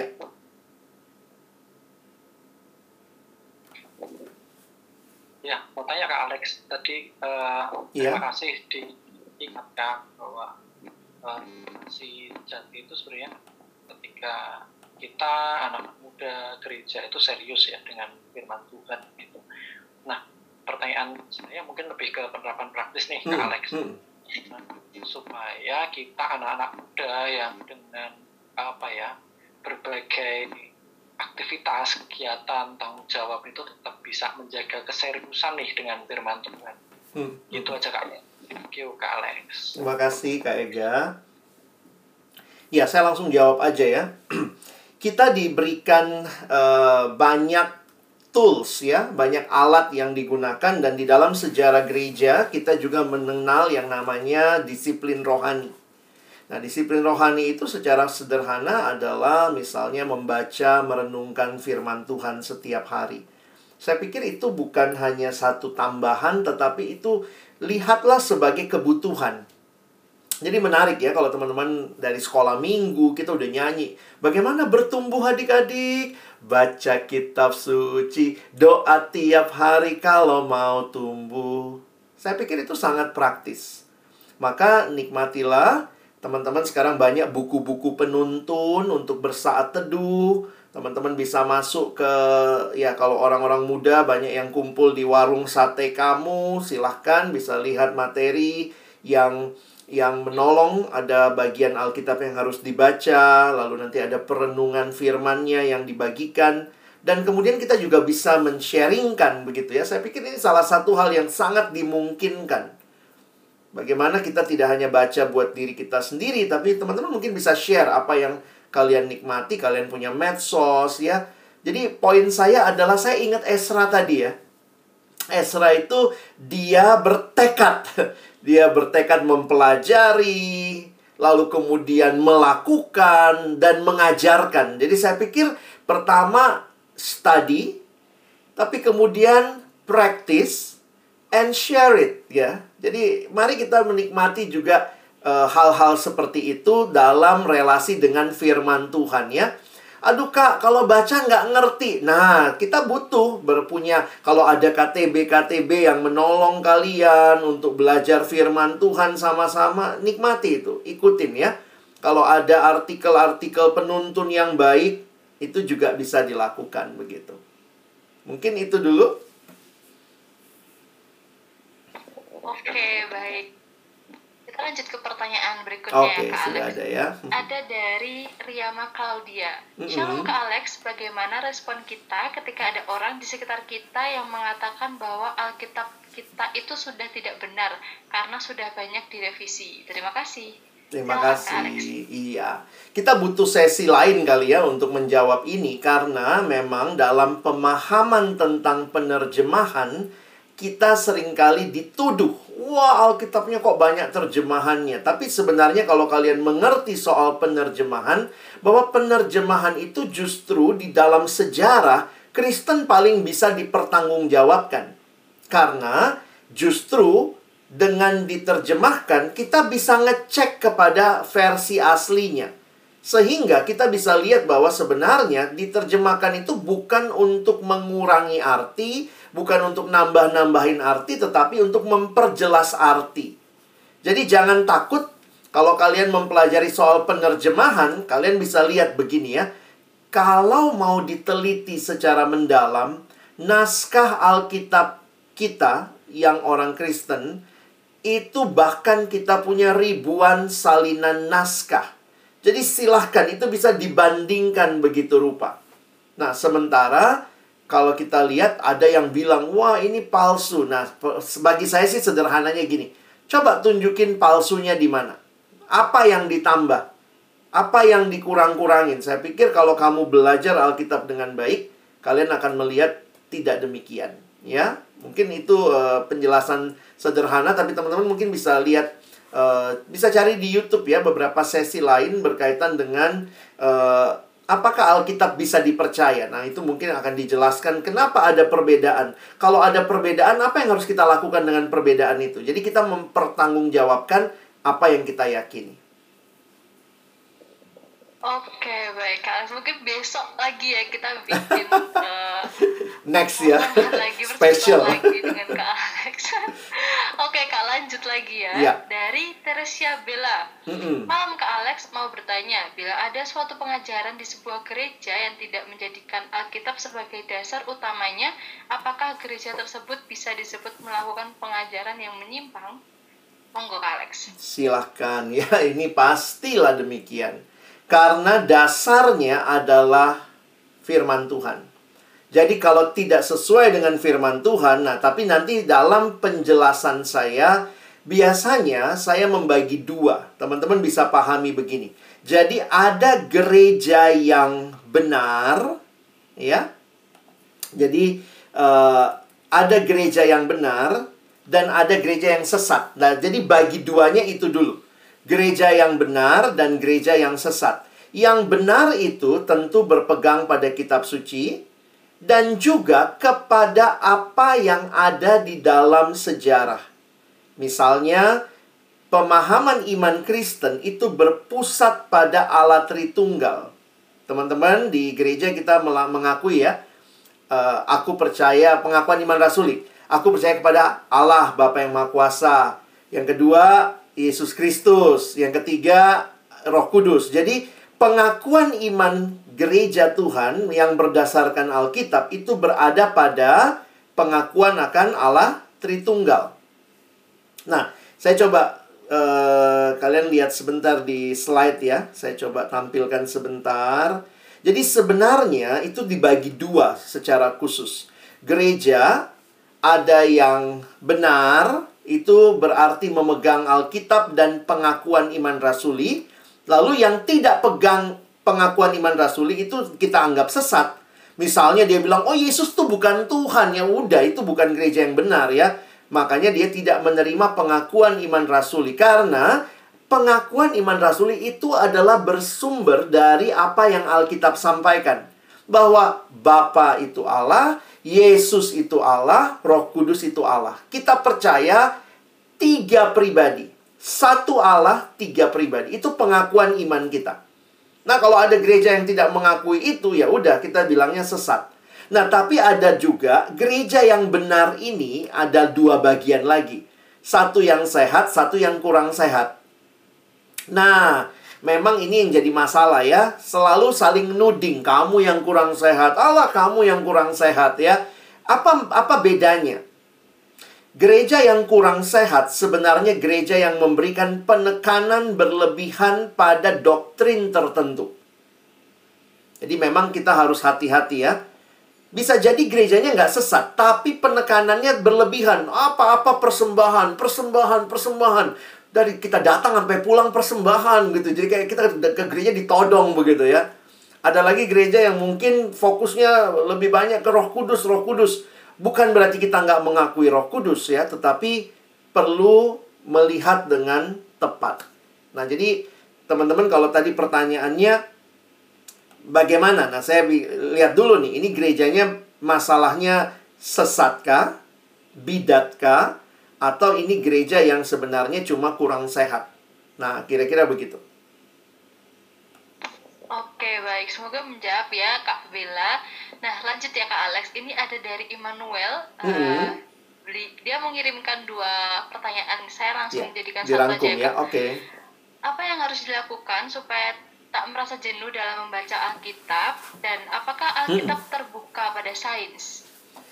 Ya, mau tanya Kak Alex tadi. Terima kasih diingatkan bahwa si jati itu sebenarnya ketika kita anak muda gereja itu serius ya dengan firman Tuhan gitu. Nah, pertanyaan saya mungkin lebih ke penerapan praktis nih Kak Alex. Nah, supaya kita anak-anak muda yang dengan berbagai aktivitas, kegiatan, tanggung jawab itu tetap bisa menjaga keseriusan nih dengan firman Tuhan. Itu aja Kak. Thank you Kak Alex. Terima kasih Kak Ega. Ya, saya langsung jawab aja ya. Kita diberikan banyak tools ya, banyak alat yang digunakan, dan di dalam sejarah gereja kita juga mengenal yang namanya disiplin rohani. Nah, disiplin rohani itu secara sederhana adalah misalnya membaca, merenungkan firman Tuhan setiap hari. Saya pikir itu bukan hanya satu tambahan, tetapi itu lihatlah sebagai kebutuhan. Jadi menarik ya kalau teman-teman dari sekolah minggu kita udah nyanyi. Bagaimana bertumbuh adik-adik? Baca kitab suci, doa tiap hari kalau mau tumbuh. Saya pikir itu sangat praktis. Maka nikmatilah. Teman-teman sekarang banyak buku-buku penuntun untuk bersaat teduh. Teman-teman bisa masuk ke, ya kalau orang-orang muda banyak yang kumpul di warung sate kamu. Silahkan bisa lihat materi yang menolong. Ada bagian Alkitab yang harus dibaca, lalu nanti ada perenungan firman-Nya yang dibagikan, dan kemudian kita juga bisa men-sharingkan begitu ya. Saya pikir ini salah satu hal yang sangat dimungkinkan. Bagaimana kita tidak hanya baca buat diri kita sendiri, tapi teman-teman mungkin bisa share apa yang kalian nikmati. Kalian punya medsos ya. Jadi poin saya adalah, saya ingat Ezra tadi ya. Ezra itu dia bertekad. Dia bertekad mempelajari, lalu kemudian melakukan dan mengajarkan. Jadi saya pikir pertama study, tapi kemudian practice and share it ya. Jadi mari kita menikmati juga hal-hal seperti itu dalam relasi dengan firman Tuhan ya. Aduh Kak, kalau baca nggak ngerti. Nah, kita butuh berpunya, kalau ada KTB yang menolong kalian untuk belajar firman Tuhan sama-sama, nikmati itu, ikutin ya. Kalau ada artikel-artikel penuntun yang baik, itu juga bisa dilakukan begitu. Mungkin itu dulu. Oke, baik. Kita lanjut ke pertanyaan berikutnya. Oke, Kak sudah Alex. ada ya. Ada dari Riyama Claudia. Shalom Kak Alex, bagaimana respon kita ketika ada orang di sekitar kita yang mengatakan bahwa Alkitab kita itu sudah tidak benar karena sudah banyak direvisi? Terima kasih. Terima Silakan, kasih. Kak Alex. Iya. Kita butuh sesi lain kali ya untuk menjawab ini, karena memang dalam pemahaman tentang penerjemahan kita seringkali dituduh, wah Alkitabnya kok banyak terjemahannya. Tapi sebenarnya kalau kalian mengerti soal penerjemahan, bahwa penerjemahan itu justru di dalam sejarah Kristen paling bisa dipertanggungjawabkan. Karena justru dengan diterjemahkan, kita bisa ngecek kepada versi aslinya. Sehingga kita bisa lihat bahwa sebenarnya diterjemahkan itu bukan untuk mengurangi arti, bukan untuk nambah-nambahin arti, tetapi untuk memperjelas arti. Jadi jangan takut kalau kalian mempelajari soal penerjemahan, kalian bisa lihat begini ya. Kalau mau diteliti secara mendalam, naskah Alkitab kita yang orang Kristen, itu bahkan kita punya ribuan salinan naskah. Jadi silahkan, itu bisa dibandingkan begitu rupa. Nah, sementara kalau kita lihat ada yang bilang, wah ini palsu. Nah, bagi saya sih sederhananya gini. Coba tunjukin palsunya di mana. Apa yang ditambah? Apa yang dikurang-kurangin? Saya pikir kalau kamu belajar Alkitab dengan baik, kalian akan melihat tidak demikian. Ya, mungkin itu penjelasan sederhana, tapi teman-teman mungkin bisa lihat, bisa cari di YouTube ya, beberapa sesi lain berkaitan dengan apakah Alkitab bisa dipercaya. Nah, itu mungkin akan dijelaskan kenapa ada perbedaan. Kalau ada perbedaan, apa yang harus kita lakukan dengan perbedaan itu? Jadi kita mempertanggungjawabkan apa yang kita yakini. Oke, baik Kak Alex. Mungkin besok lagi ya kita bikin next ya, lagi special lagi dengan Kak Alex. Oke Kak, lanjut lagi ya. Ya. Dari Teresia Bella. Malam Kak Alex, mau bertanya, bila ada suatu pengajaran di sebuah gereja yang tidak menjadikan Alkitab sebagai dasar utamanya, apakah gereja tersebut bisa disebut melakukan pengajaran yang menyimpang? Monggo Kak Alex. Silahkan ya, ini pastilah demikian. Karena dasarnya adalah firman Tuhan. Jadi kalau tidak sesuai dengan firman Tuhan, nah tapi nanti dalam penjelasan saya, biasanya saya membagi dua. Teman-teman bisa pahami begini. Jadi ada gereja yang benar, ya. Jadi ada gereja yang benar dan ada gereja yang sesat. Nah, jadi bagi duanya itu dulu. Gereja yang benar dan gereja yang sesat. Yang benar itu tentu berpegang pada kitab suci dan juga kepada apa yang ada di dalam sejarah. Misalnya, pemahaman iman Kristen itu berpusat pada Allah Tritunggal. Teman-teman, di gereja kita mengakui ya, aku percaya pengakuan iman rasuli. Aku percaya kepada Allah Bapa yang Maha Kuasa. Yang kedua, Yesus Kristus. Yang ketiga, Roh Kudus. Jadi, pengakuan iman gereja Tuhan yang berdasarkan Alkitab itu berada pada pengakuan akan Allah Tritunggal. Nah, saya coba kalian lihat sebentar di slide ya. Saya coba tampilkan sebentar. Jadi sebenarnya itu dibagi dua secara khusus. Gereja ada yang benar, itu berarti memegang Alkitab dan pengakuan iman rasuli. Lalu yang tidak pegang pengakuan iman rasuli itu kita anggap sesat. Misalnya dia bilang, oh Yesus tuh bukan Tuhan. Ya udah, itu bukan gereja yang benar ya. Makanya dia tidak menerima pengakuan iman rasuli. Karena pengakuan iman rasuli itu adalah bersumber dari apa yang Alkitab sampaikan. Bahwa Bapa itu Allah, Yesus itu Allah, Roh Kudus itu Allah. Kita percaya 3 pribadi. 1 Allah, 3 pribadi. Itu pengakuan iman kita. Nah, kalau ada gereja yang tidak mengakui itu, ya udah kita bilangnya sesat. Nah, tapi ada juga gereja yang benar ini ada 2 bagian lagi. Satu yang sehat, satu yang kurang sehat. Nah, memang ini yang jadi masalah ya. Selalu saling nuding, kamu yang kurang sehat, Allah kamu yang kurang sehat ya. Apa bedanya? Gereja yang kurang sehat sebenarnya gereja yang memberikan penekanan berlebihan pada doktrin tertentu. Jadi memang kita harus hati-hati ya. Bisa jadi gerejanya nggak sesat, tapi penekanannya berlebihan. Apa-apa persembahan. Dari kita datang sampai pulang persembahan gitu. Jadi kayak kita ke gereja ditodong begitu ya. Ada lagi gereja yang mungkin fokusnya lebih banyak ke Roh Kudus. Bukan berarti kita nggak mengakui Roh Kudus ya, tetapi perlu melihat dengan tepat. Nah, jadi teman-teman kalau tadi pertanyaannya bagaimana? Nah, saya lihat dulu nih, ini gerejanya masalahnya sesatkah, bidatkah, atau ini gereja yang sebenarnya cuma kurang sehat. Nah, kira-kira begitu. Oke, baik. Semoga menjawab ya, Kak Bella. Nah, lanjut ya, Kak Alex. Ini ada dari Immanuel. Dia mengirimkan 2 pertanyaan. Saya langsung jadikan satu aja. Ya, oke. Apa yang harus dilakukan supaya tak merasa jenuh dalam membaca Alkitab? Dan apakah Alkitab terbuka pada sains?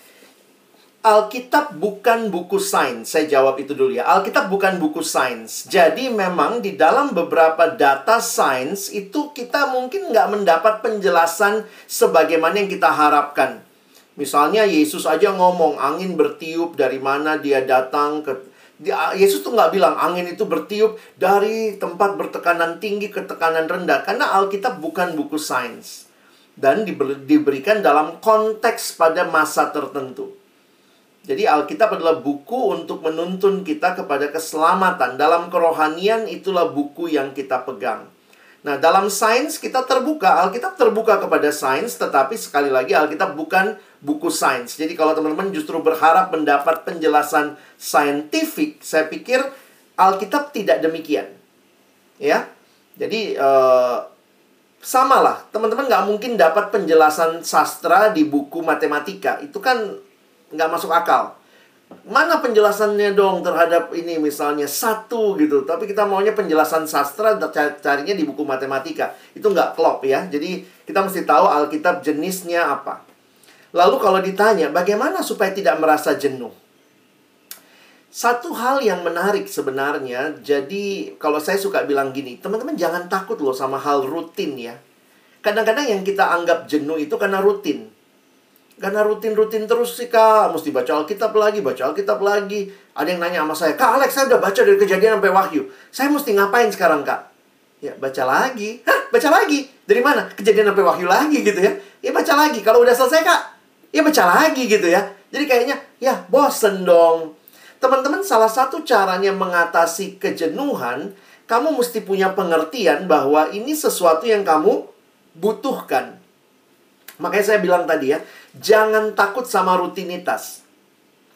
Alkitab bukan buku sains. Saya jawab itu dulu ya. Alkitab bukan buku sains. Jadi memang di dalam beberapa data sains itu kita mungkin nggak mendapat penjelasan sebagaimana yang kita harapkan. Misalnya Yesus aja ngomong angin bertiup dari mana dia datang ke... Yesus tuh nggak bilang angin itu bertiup dari tempat bertekanan tinggi ke tekanan rendah. Karena Alkitab bukan buku sains. Dan diberikan dalam konteks pada masa tertentu. Jadi Alkitab adalah buku untuk menuntun kita kepada keselamatan. Dalam kerohanian itulah buku yang kita pegang. Nah, dalam sains kita terbuka. Alkitab terbuka kepada sains, tetapi sekali lagi Alkitab bukan buku sains. Jadi kalau teman-teman justru berharap mendapat penjelasan saintifik, saya pikir Alkitab tidak demikian. Ya, jadi samalah. Teman-teman nggak mungkin dapat penjelasan sastra di buku matematika. Itu kan nggak masuk akal. Mana penjelasannya dong terhadap ini misalnya 1 gitu. Tapi kita maunya penjelasan sastra, carinya di buku matematika. Itu nggak klop ya. Jadi kita mesti tahu Alkitab jenisnya apa. Lalu kalau ditanya bagaimana supaya tidak merasa jenuh? Satu hal yang menarik sebenarnya. Jadi kalau saya suka bilang gini, teman-teman jangan takut loh sama hal rutin ya. Kadang-kadang yang kita anggap jenuh itu karena rutin. Karena rutin-rutin terus sih Kak, mesti baca Alkitab lagi. Ada yang nanya sama saya, Kak Alex, saya udah baca dari Kejadian sampai Wahyu. Saya mesti ngapain sekarang Kak? Ya baca lagi. Baca lagi? Dari mana? Kejadian sampai Wahyu lagi gitu ya. Ya baca lagi, kalau udah selesai Kak, ya baca lagi gitu ya. Jadi kayaknya, ya bosen dong. Teman-teman, salah satu caranya mengatasi kejenuhan, kamu mesti punya pengertian bahwa ini sesuatu yang kamu butuhkan. Makanya saya bilang tadi ya, jangan takut sama rutinitas.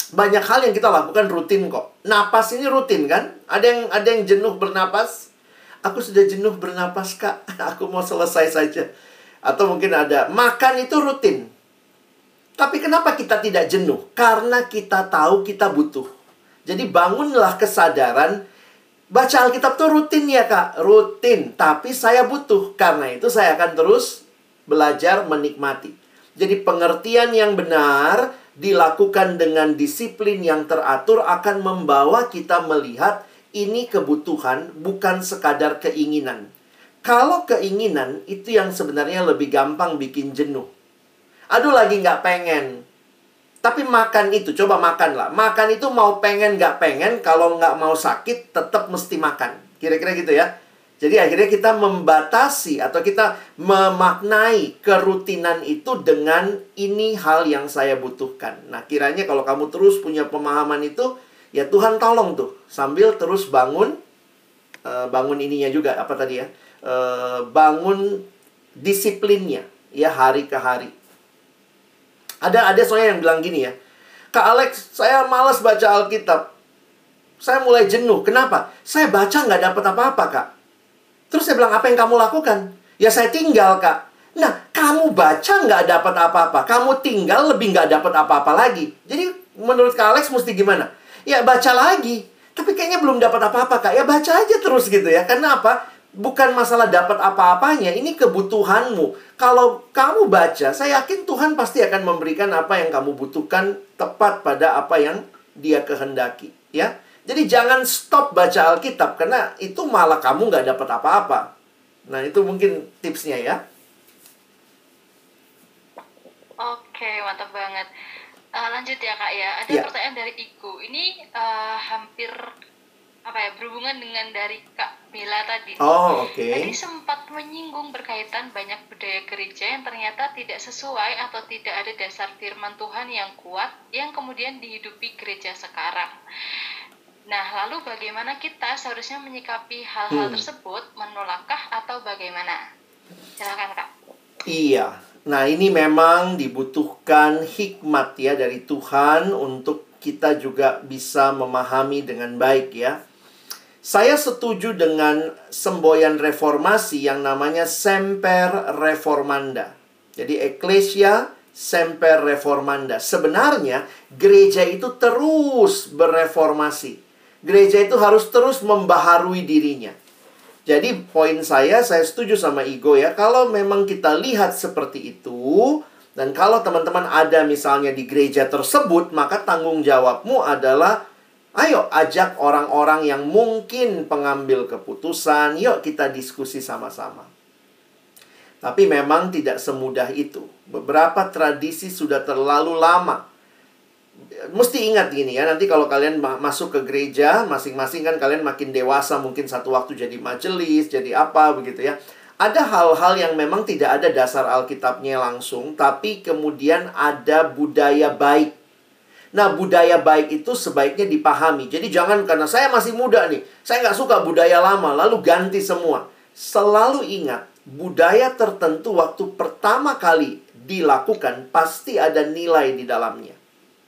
Banyak hal yang kita lakukan rutin kok. Napas ini rutin kan? Ada yang jenuh bernapas. Aku sudah jenuh bernapas, Kak. Aku mau selesai saja. Atau mungkin ada makan itu rutin. Tapi kenapa kita tidak jenuh? Karena kita tahu kita butuh. Jadi bangunlah kesadaran, baca Alkitab tuh rutin ya, Kak. Rutin, tapi saya butuh. Karena itu saya akan terus belajar menikmati. Jadi pengertian yang benar dilakukan dengan disiplin yang teratur akan membawa kita melihat ini kebutuhan, bukan sekadar keinginan. Kalau keinginan, itu yang sebenarnya lebih gampang bikin jenuh. Aduh, lagi nggak pengen. Tapi makan itu, coba makanlah. Makan itu mau pengen nggak pengen, kalau nggak mau sakit, tetap mesti makan. Kira-kira gitu ya. Jadi akhirnya kita membatasi atau kita memaknai kerutinan itu dengan ini hal yang saya butuhkan. Nah, kiranya kalau kamu terus punya pemahaman itu, ya Tuhan tolong tuh. Sambil terus bangun ininya juga, apa tadi ya? Bangun disiplinnya, ya hari ke hari. Ada soalnya yang bilang gini ya, Kak Alex, saya malas baca Alkitab. Saya mulai jenuh. Kenapa? Saya baca nggak dapat apa-apa, Kak. Terus saya bilang, apa yang kamu lakukan? Ya saya tinggal, Kak. Nah, kamu baca nggak dapat apa-apa. Kamu tinggal lebih nggak dapat apa-apa lagi. Jadi, menurut Kak Alex mesti gimana? Ya, baca lagi. Tapi kayaknya belum dapat apa-apa, Kak. Ya, baca aja terus gitu ya. Karena apa? Bukan masalah dapat apa-apanya. Ini kebutuhanmu. Kalau kamu baca, saya yakin Tuhan pasti akan memberikan apa yang kamu butuhkan tepat pada apa yang Dia kehendaki. Ya. Jadi jangan stop baca Alkitab, karena itu malah kamu nggak dapat apa-apa. Nah, itu mungkin tipsnya ya. Oke, mantap banget. Lanjut ya, Kak ya. Ada pertanyaan dari Iku. Ini hampir berhubungan dengan dari Kak Bella tadi. Oh, oke. Tadi sempat menyinggung berkaitan banyak budaya gereja yang ternyata tidak sesuai atau tidak ada dasar firman Tuhan yang kuat yang kemudian dihidupi gereja sekarang. Nah, lalu bagaimana kita seharusnya menyikapi hal-hal tersebut, menolakkah atau bagaimana? Silakan, Kak. Iya. Nah, ini memang dibutuhkan hikmat ya dari Tuhan untuk kita juga bisa memahami dengan baik ya. Saya setuju dengan semboyan reformasi yang namanya Semper Reformanda. Jadi Ecclesia Semper Reformanda. Sebenarnya gereja itu terus bereformasi. Gereja itu harus terus membaharui dirinya. Jadi poin saya setuju sama Igo ya. Kalau memang kita lihat seperti itu, dan kalau teman-teman ada misalnya di gereja tersebut, maka tanggung jawabmu adalah, ayo ajak orang-orang yang mungkin pengambil keputusan, yuk kita diskusi sama-sama. Tapi memang tidak semudah itu. Beberapa tradisi sudah terlalu lama. Mesti ingat gini ya, nanti kalau kalian masuk ke gereja, masing-masing kan kalian makin dewasa, mungkin satu waktu jadi majelis, jadi apa begitu ya. Ada hal-hal yang memang tidak ada dasar Alkitabnya langsung, tapi kemudian ada budaya baik. Nah, budaya baik itu sebaiknya dipahami. Jadi jangan karena saya masih muda nih, saya nggak suka budaya lama, lalu ganti semua. Selalu ingat, budaya tertentu waktu pertama kali dilakukan, pasti ada nilai di dalamnya.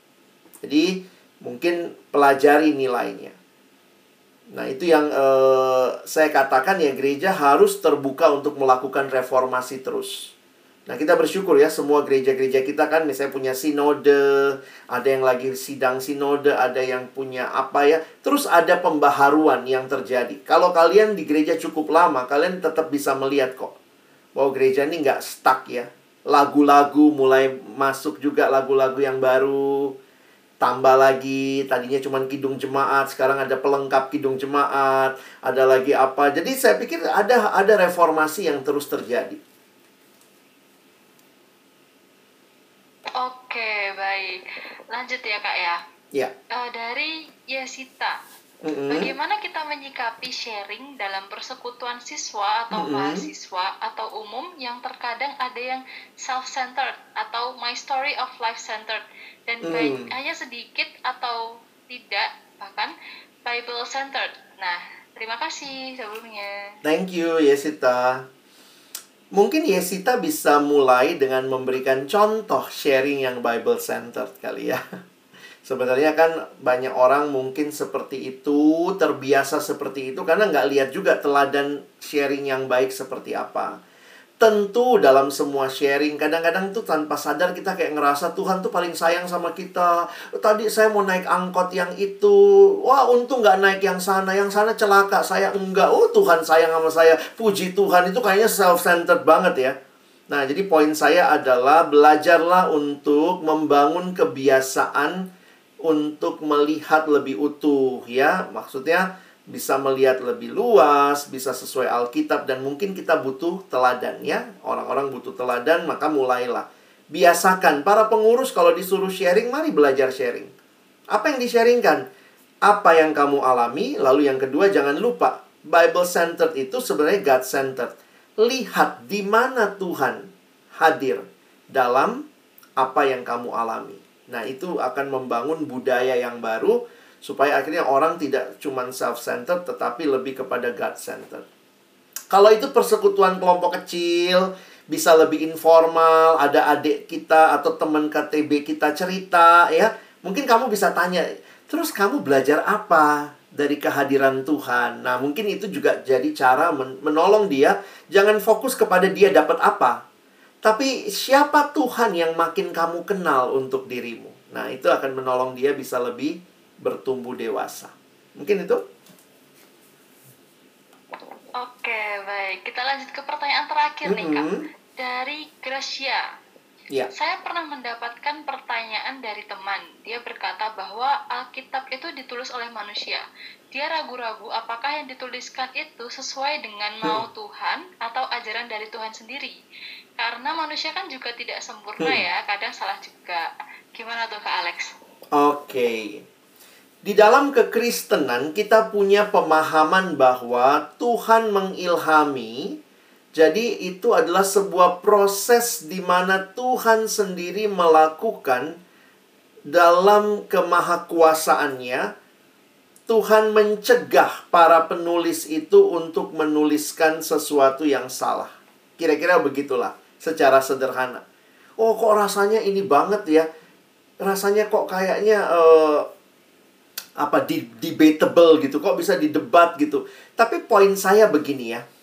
Jadi, mungkin pelajari nilainya. Nah, itu yang saya katakan ya, gereja harus terbuka untuk melakukan reformasi terus. Nah, kita bersyukur ya, semua gereja-gereja kita kan misalnya punya sinode, ada yang lagi sidang sinode, ada yang punya apa ya. Terus ada pembaharuan yang terjadi. Kalau kalian di gereja cukup lama, kalian tetap bisa melihat kok, bahwa gereja ini nggak stuck ya. Lagu-lagu mulai masuk juga, lagu-lagu yang baru. Tambah lagi, tadinya cuma kidung jemaat, sekarang ada pelengkap kidung jemaat, ada lagi apa. Jadi saya pikir ada reformasi yang terus terjadi. Oke, baik. Lanjut ya, Kak ya. Ya. Dari Yesita, bagaimana kita menyikapi sharing dalam persekutuan siswa atau mahasiswa atau umum yang terkadang ada yang self-centered atau my story of life-centered dan hanya sedikit atau tidak bahkan Bible-centered. Nah, terima kasih sebelumnya. Thank you, Yesita. Mungkin Yesita bisa mulai dengan memberikan contoh sharing yang Bible-centered kali ya. Sebenarnya kan banyak orang mungkin seperti itu, terbiasa seperti itu karena nggak lihat juga teladan sharing yang baik seperti apa. Tentu dalam semua sharing, kadang-kadang tuh tanpa sadar kita kayak ngerasa Tuhan tuh paling sayang sama kita. Tadi saya mau naik angkot yang itu, wah untung nggak naik yang sana celaka, saya enggak. Oh Tuhan sayang sama saya, puji Tuhan. Itu kayaknya self-centered banget ya. Nah jadi poin saya adalah belajarlah untuk membangun kebiasaan untuk melihat lebih utuh ya. Maksudnya bisa melihat lebih luas, bisa sesuai Alkitab, dan mungkin kita butuh teladan ya. Orang-orang butuh teladan, maka mulailah. Biasakan para pengurus kalau disuruh sharing, mari belajar sharing. Apa yang di-sharingkan? Apa yang kamu alami. Lalu yang kedua, jangan lupa Bible centered itu sebenarnya God centered. Lihat di mana Tuhan hadir dalam apa yang kamu alami. Nah, itu akan membangun budaya yang baru supaya akhirnya orang tidak cuma self-centered tetapi lebih kepada God-centered. Kalau itu persekutuan kelompok kecil, bisa lebih informal, ada adik kita atau teman KTB kita cerita ya. Mungkin kamu bisa tanya, terus kamu belajar apa dari kehadiran Tuhan? Nah, mungkin itu juga jadi cara menolong dia. Jangan fokus kepada dia dapat apa, tapi siapa Tuhan yang makin kamu kenal untuk dirimu. Nah, itu akan menolong dia bisa lebih bertumbuh dewasa. Mungkin itu? Oke, baik. Kita lanjut ke pertanyaan terakhir nih, Kak. Dari Gracia. Ya. Saya pernah mendapatkan pertanyaan dari teman. Dia berkata bahwa Alkitab itu ditulis oleh manusia. Dia ragu-ragu apakah yang dituliskan itu sesuai dengan mau Tuhan atau ajaran dari Tuhan sendiri. Karena manusia kan juga tidak sempurna ya, kadang salah juga. Gimana tuh Kak Alex? Oke. Di dalam kekristenan kita punya pemahaman bahwa Tuhan mengilhami. Jadi itu adalah sebuah proses di mana Tuhan sendiri melakukan dalam kemahakuasaannya. Tuhan mencegah para penulis itu untuk menuliskan sesuatu yang salah. Kira-kira begitulah secara sederhana. Oh kok rasanya ini banget ya. Rasanya kok kayaknya debatable gitu. Kok bisa didebat gitu. Tapi poin saya begini ya.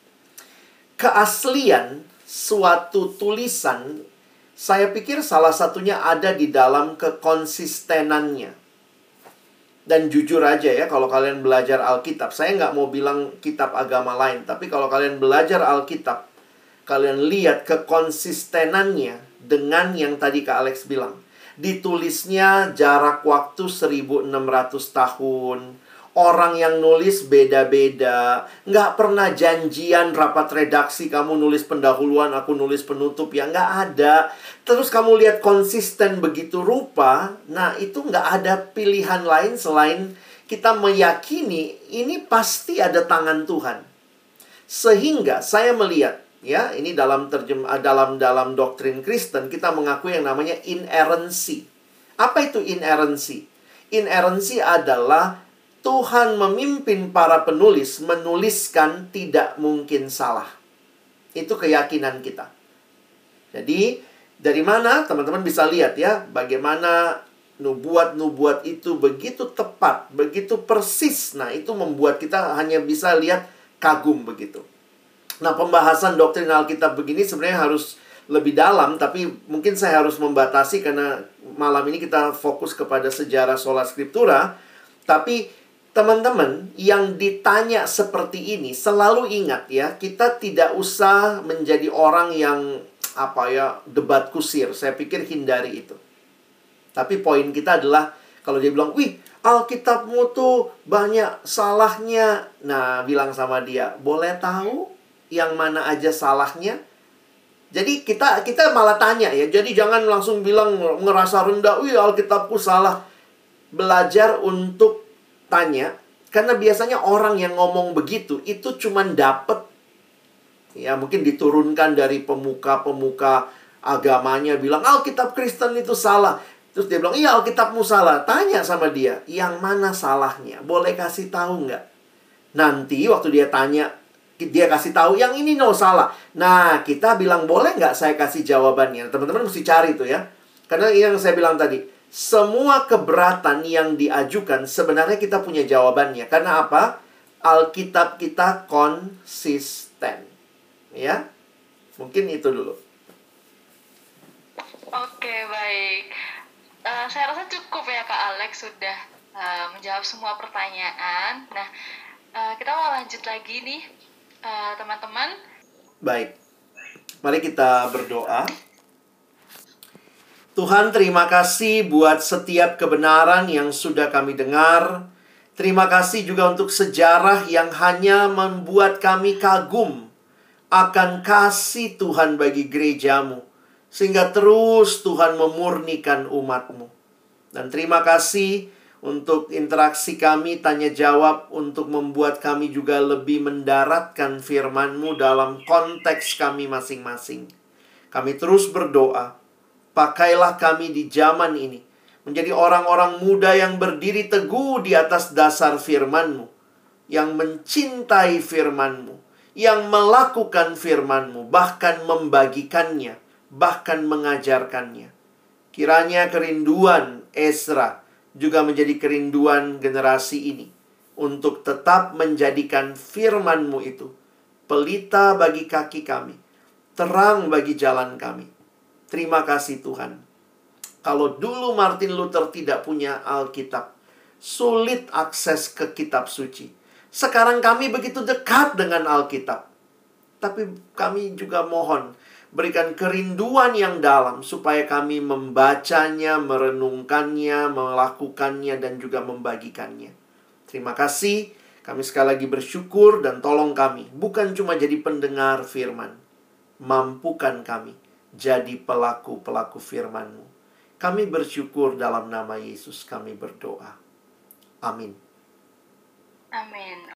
Keaslian suatu tulisan, saya pikir salah satunya ada di dalam kekonsistenannya. Dan jujur aja ya, kalau kalian belajar Alkitab, saya nggak mau bilang kitab agama lain, tapi kalau kalian belajar Alkitab, kalian lihat kekonsistenannya dengan yang tadi Kak Alex bilang. Ditulisnya jarak waktu 1600 tahun. Orang yang nulis beda-beda. Nggak pernah janjian rapat redaksi, kamu nulis pendahuluan, aku nulis penutup. Ya nggak ada. Terus kamu lihat konsisten begitu rupa. Nah itu nggak ada pilihan lain selain kita meyakini ini pasti ada tangan Tuhan. Sehingga saya melihat, ya ini dalam doktrin Kristen kita mengakui yang namanya inerrancy. Apa itu inerrancy? Inerrancy adalah Tuhan memimpin para penulis menuliskan tidak mungkin salah. Itu keyakinan kita. Jadi, dari mana teman-teman bisa lihat ya, bagaimana nubuat-nubuat itu begitu tepat, begitu persis. Nah, itu membuat kita hanya bisa lihat kagum begitu. Nah, pembahasan doktrin Alkitab begini sebenarnya harus lebih dalam, tapi mungkin saya harus membatasi karena malam ini kita fokus kepada sejarah sola scriptura. Tapi teman-teman yang ditanya seperti ini selalu ingat ya, kita tidak usah menjadi orang yang debat kusir. Saya pikir hindari itu. Tapi poin kita adalah kalau dia bilang, "Wih, Alkitabmu tuh banyak salahnya." Nah, bilang sama dia, "Boleh tahu yang mana aja salahnya?" Jadi kita malah tanya ya. Jadi jangan langsung bilang ngerasa rendah, "Wih, Alkitabku salah." Belajar untuk tanya, karena biasanya orang yang ngomong begitu itu cuman dapet ya, mungkin diturunkan dari pemuka-pemuka agamanya bilang Alkitab Kristen itu salah. Terus dia bilang, "Iya, Alkitabmu salah." Tanya sama dia, yang mana salahnya? Boleh kasih tahu nggak? Nanti waktu dia tanya, dia kasih tahu yang ini salah. Nah, kita bilang, "Boleh nggak saya kasih jawabannya?" Teman-teman mesti cari tuh ya. Karena yang saya bilang tadi, semua keberatan yang diajukan sebenarnya kita punya jawabannya. Karena apa? Alkitab kita konsisten. Ya. Mungkin itu dulu. Oke, baik. Saya rasa cukup ya Kak Alex sudah menjawab semua pertanyaan. Nah, kita mau lanjut lagi nih, teman-teman. Baik. Mari kita berdoa. Tuhan, terima kasih buat setiap kebenaran yang sudah kami dengar. Terima kasih juga untuk sejarah yang hanya membuat kami kagum akan kasih Tuhan bagi gerejamu. Sehingga terus Tuhan memurnikan umat-Mu. Dan terima kasih untuk interaksi kami, tanya jawab, untuk membuat kami juga lebih mendaratkan firman-Mu dalam konteks kami masing-masing. Kami terus berdoa. Pakailah kami di zaman ini menjadi orang-orang muda yang berdiri teguh di atas dasar firman-Mu, yang mencintai firman-Mu, yang melakukan firman-Mu, bahkan membagikannya, bahkan mengajarkannya. Kiranya kerinduan Ezra juga menjadi kerinduan generasi ini untuk tetap menjadikan firman-Mu itu pelita bagi kaki kami, terang bagi jalan kami. Terima kasih Tuhan. Kalau dulu Martin Luther tidak punya Alkitab, sulit akses ke kitab suci. Sekarang kami begitu dekat dengan Alkitab. Tapi kami juga mohon, berikan kerinduan yang dalam supaya kami membacanya, merenungkannya, melakukannya, dan juga membagikannya. Terima kasih. Kami sekali lagi bersyukur dan tolong kami. Bukan cuma jadi pendengar firman. Mampukan kami jadi pelaku-pelaku firman-Mu. Kami bersyukur dalam nama Yesus kami berdoa. Amin. Amin.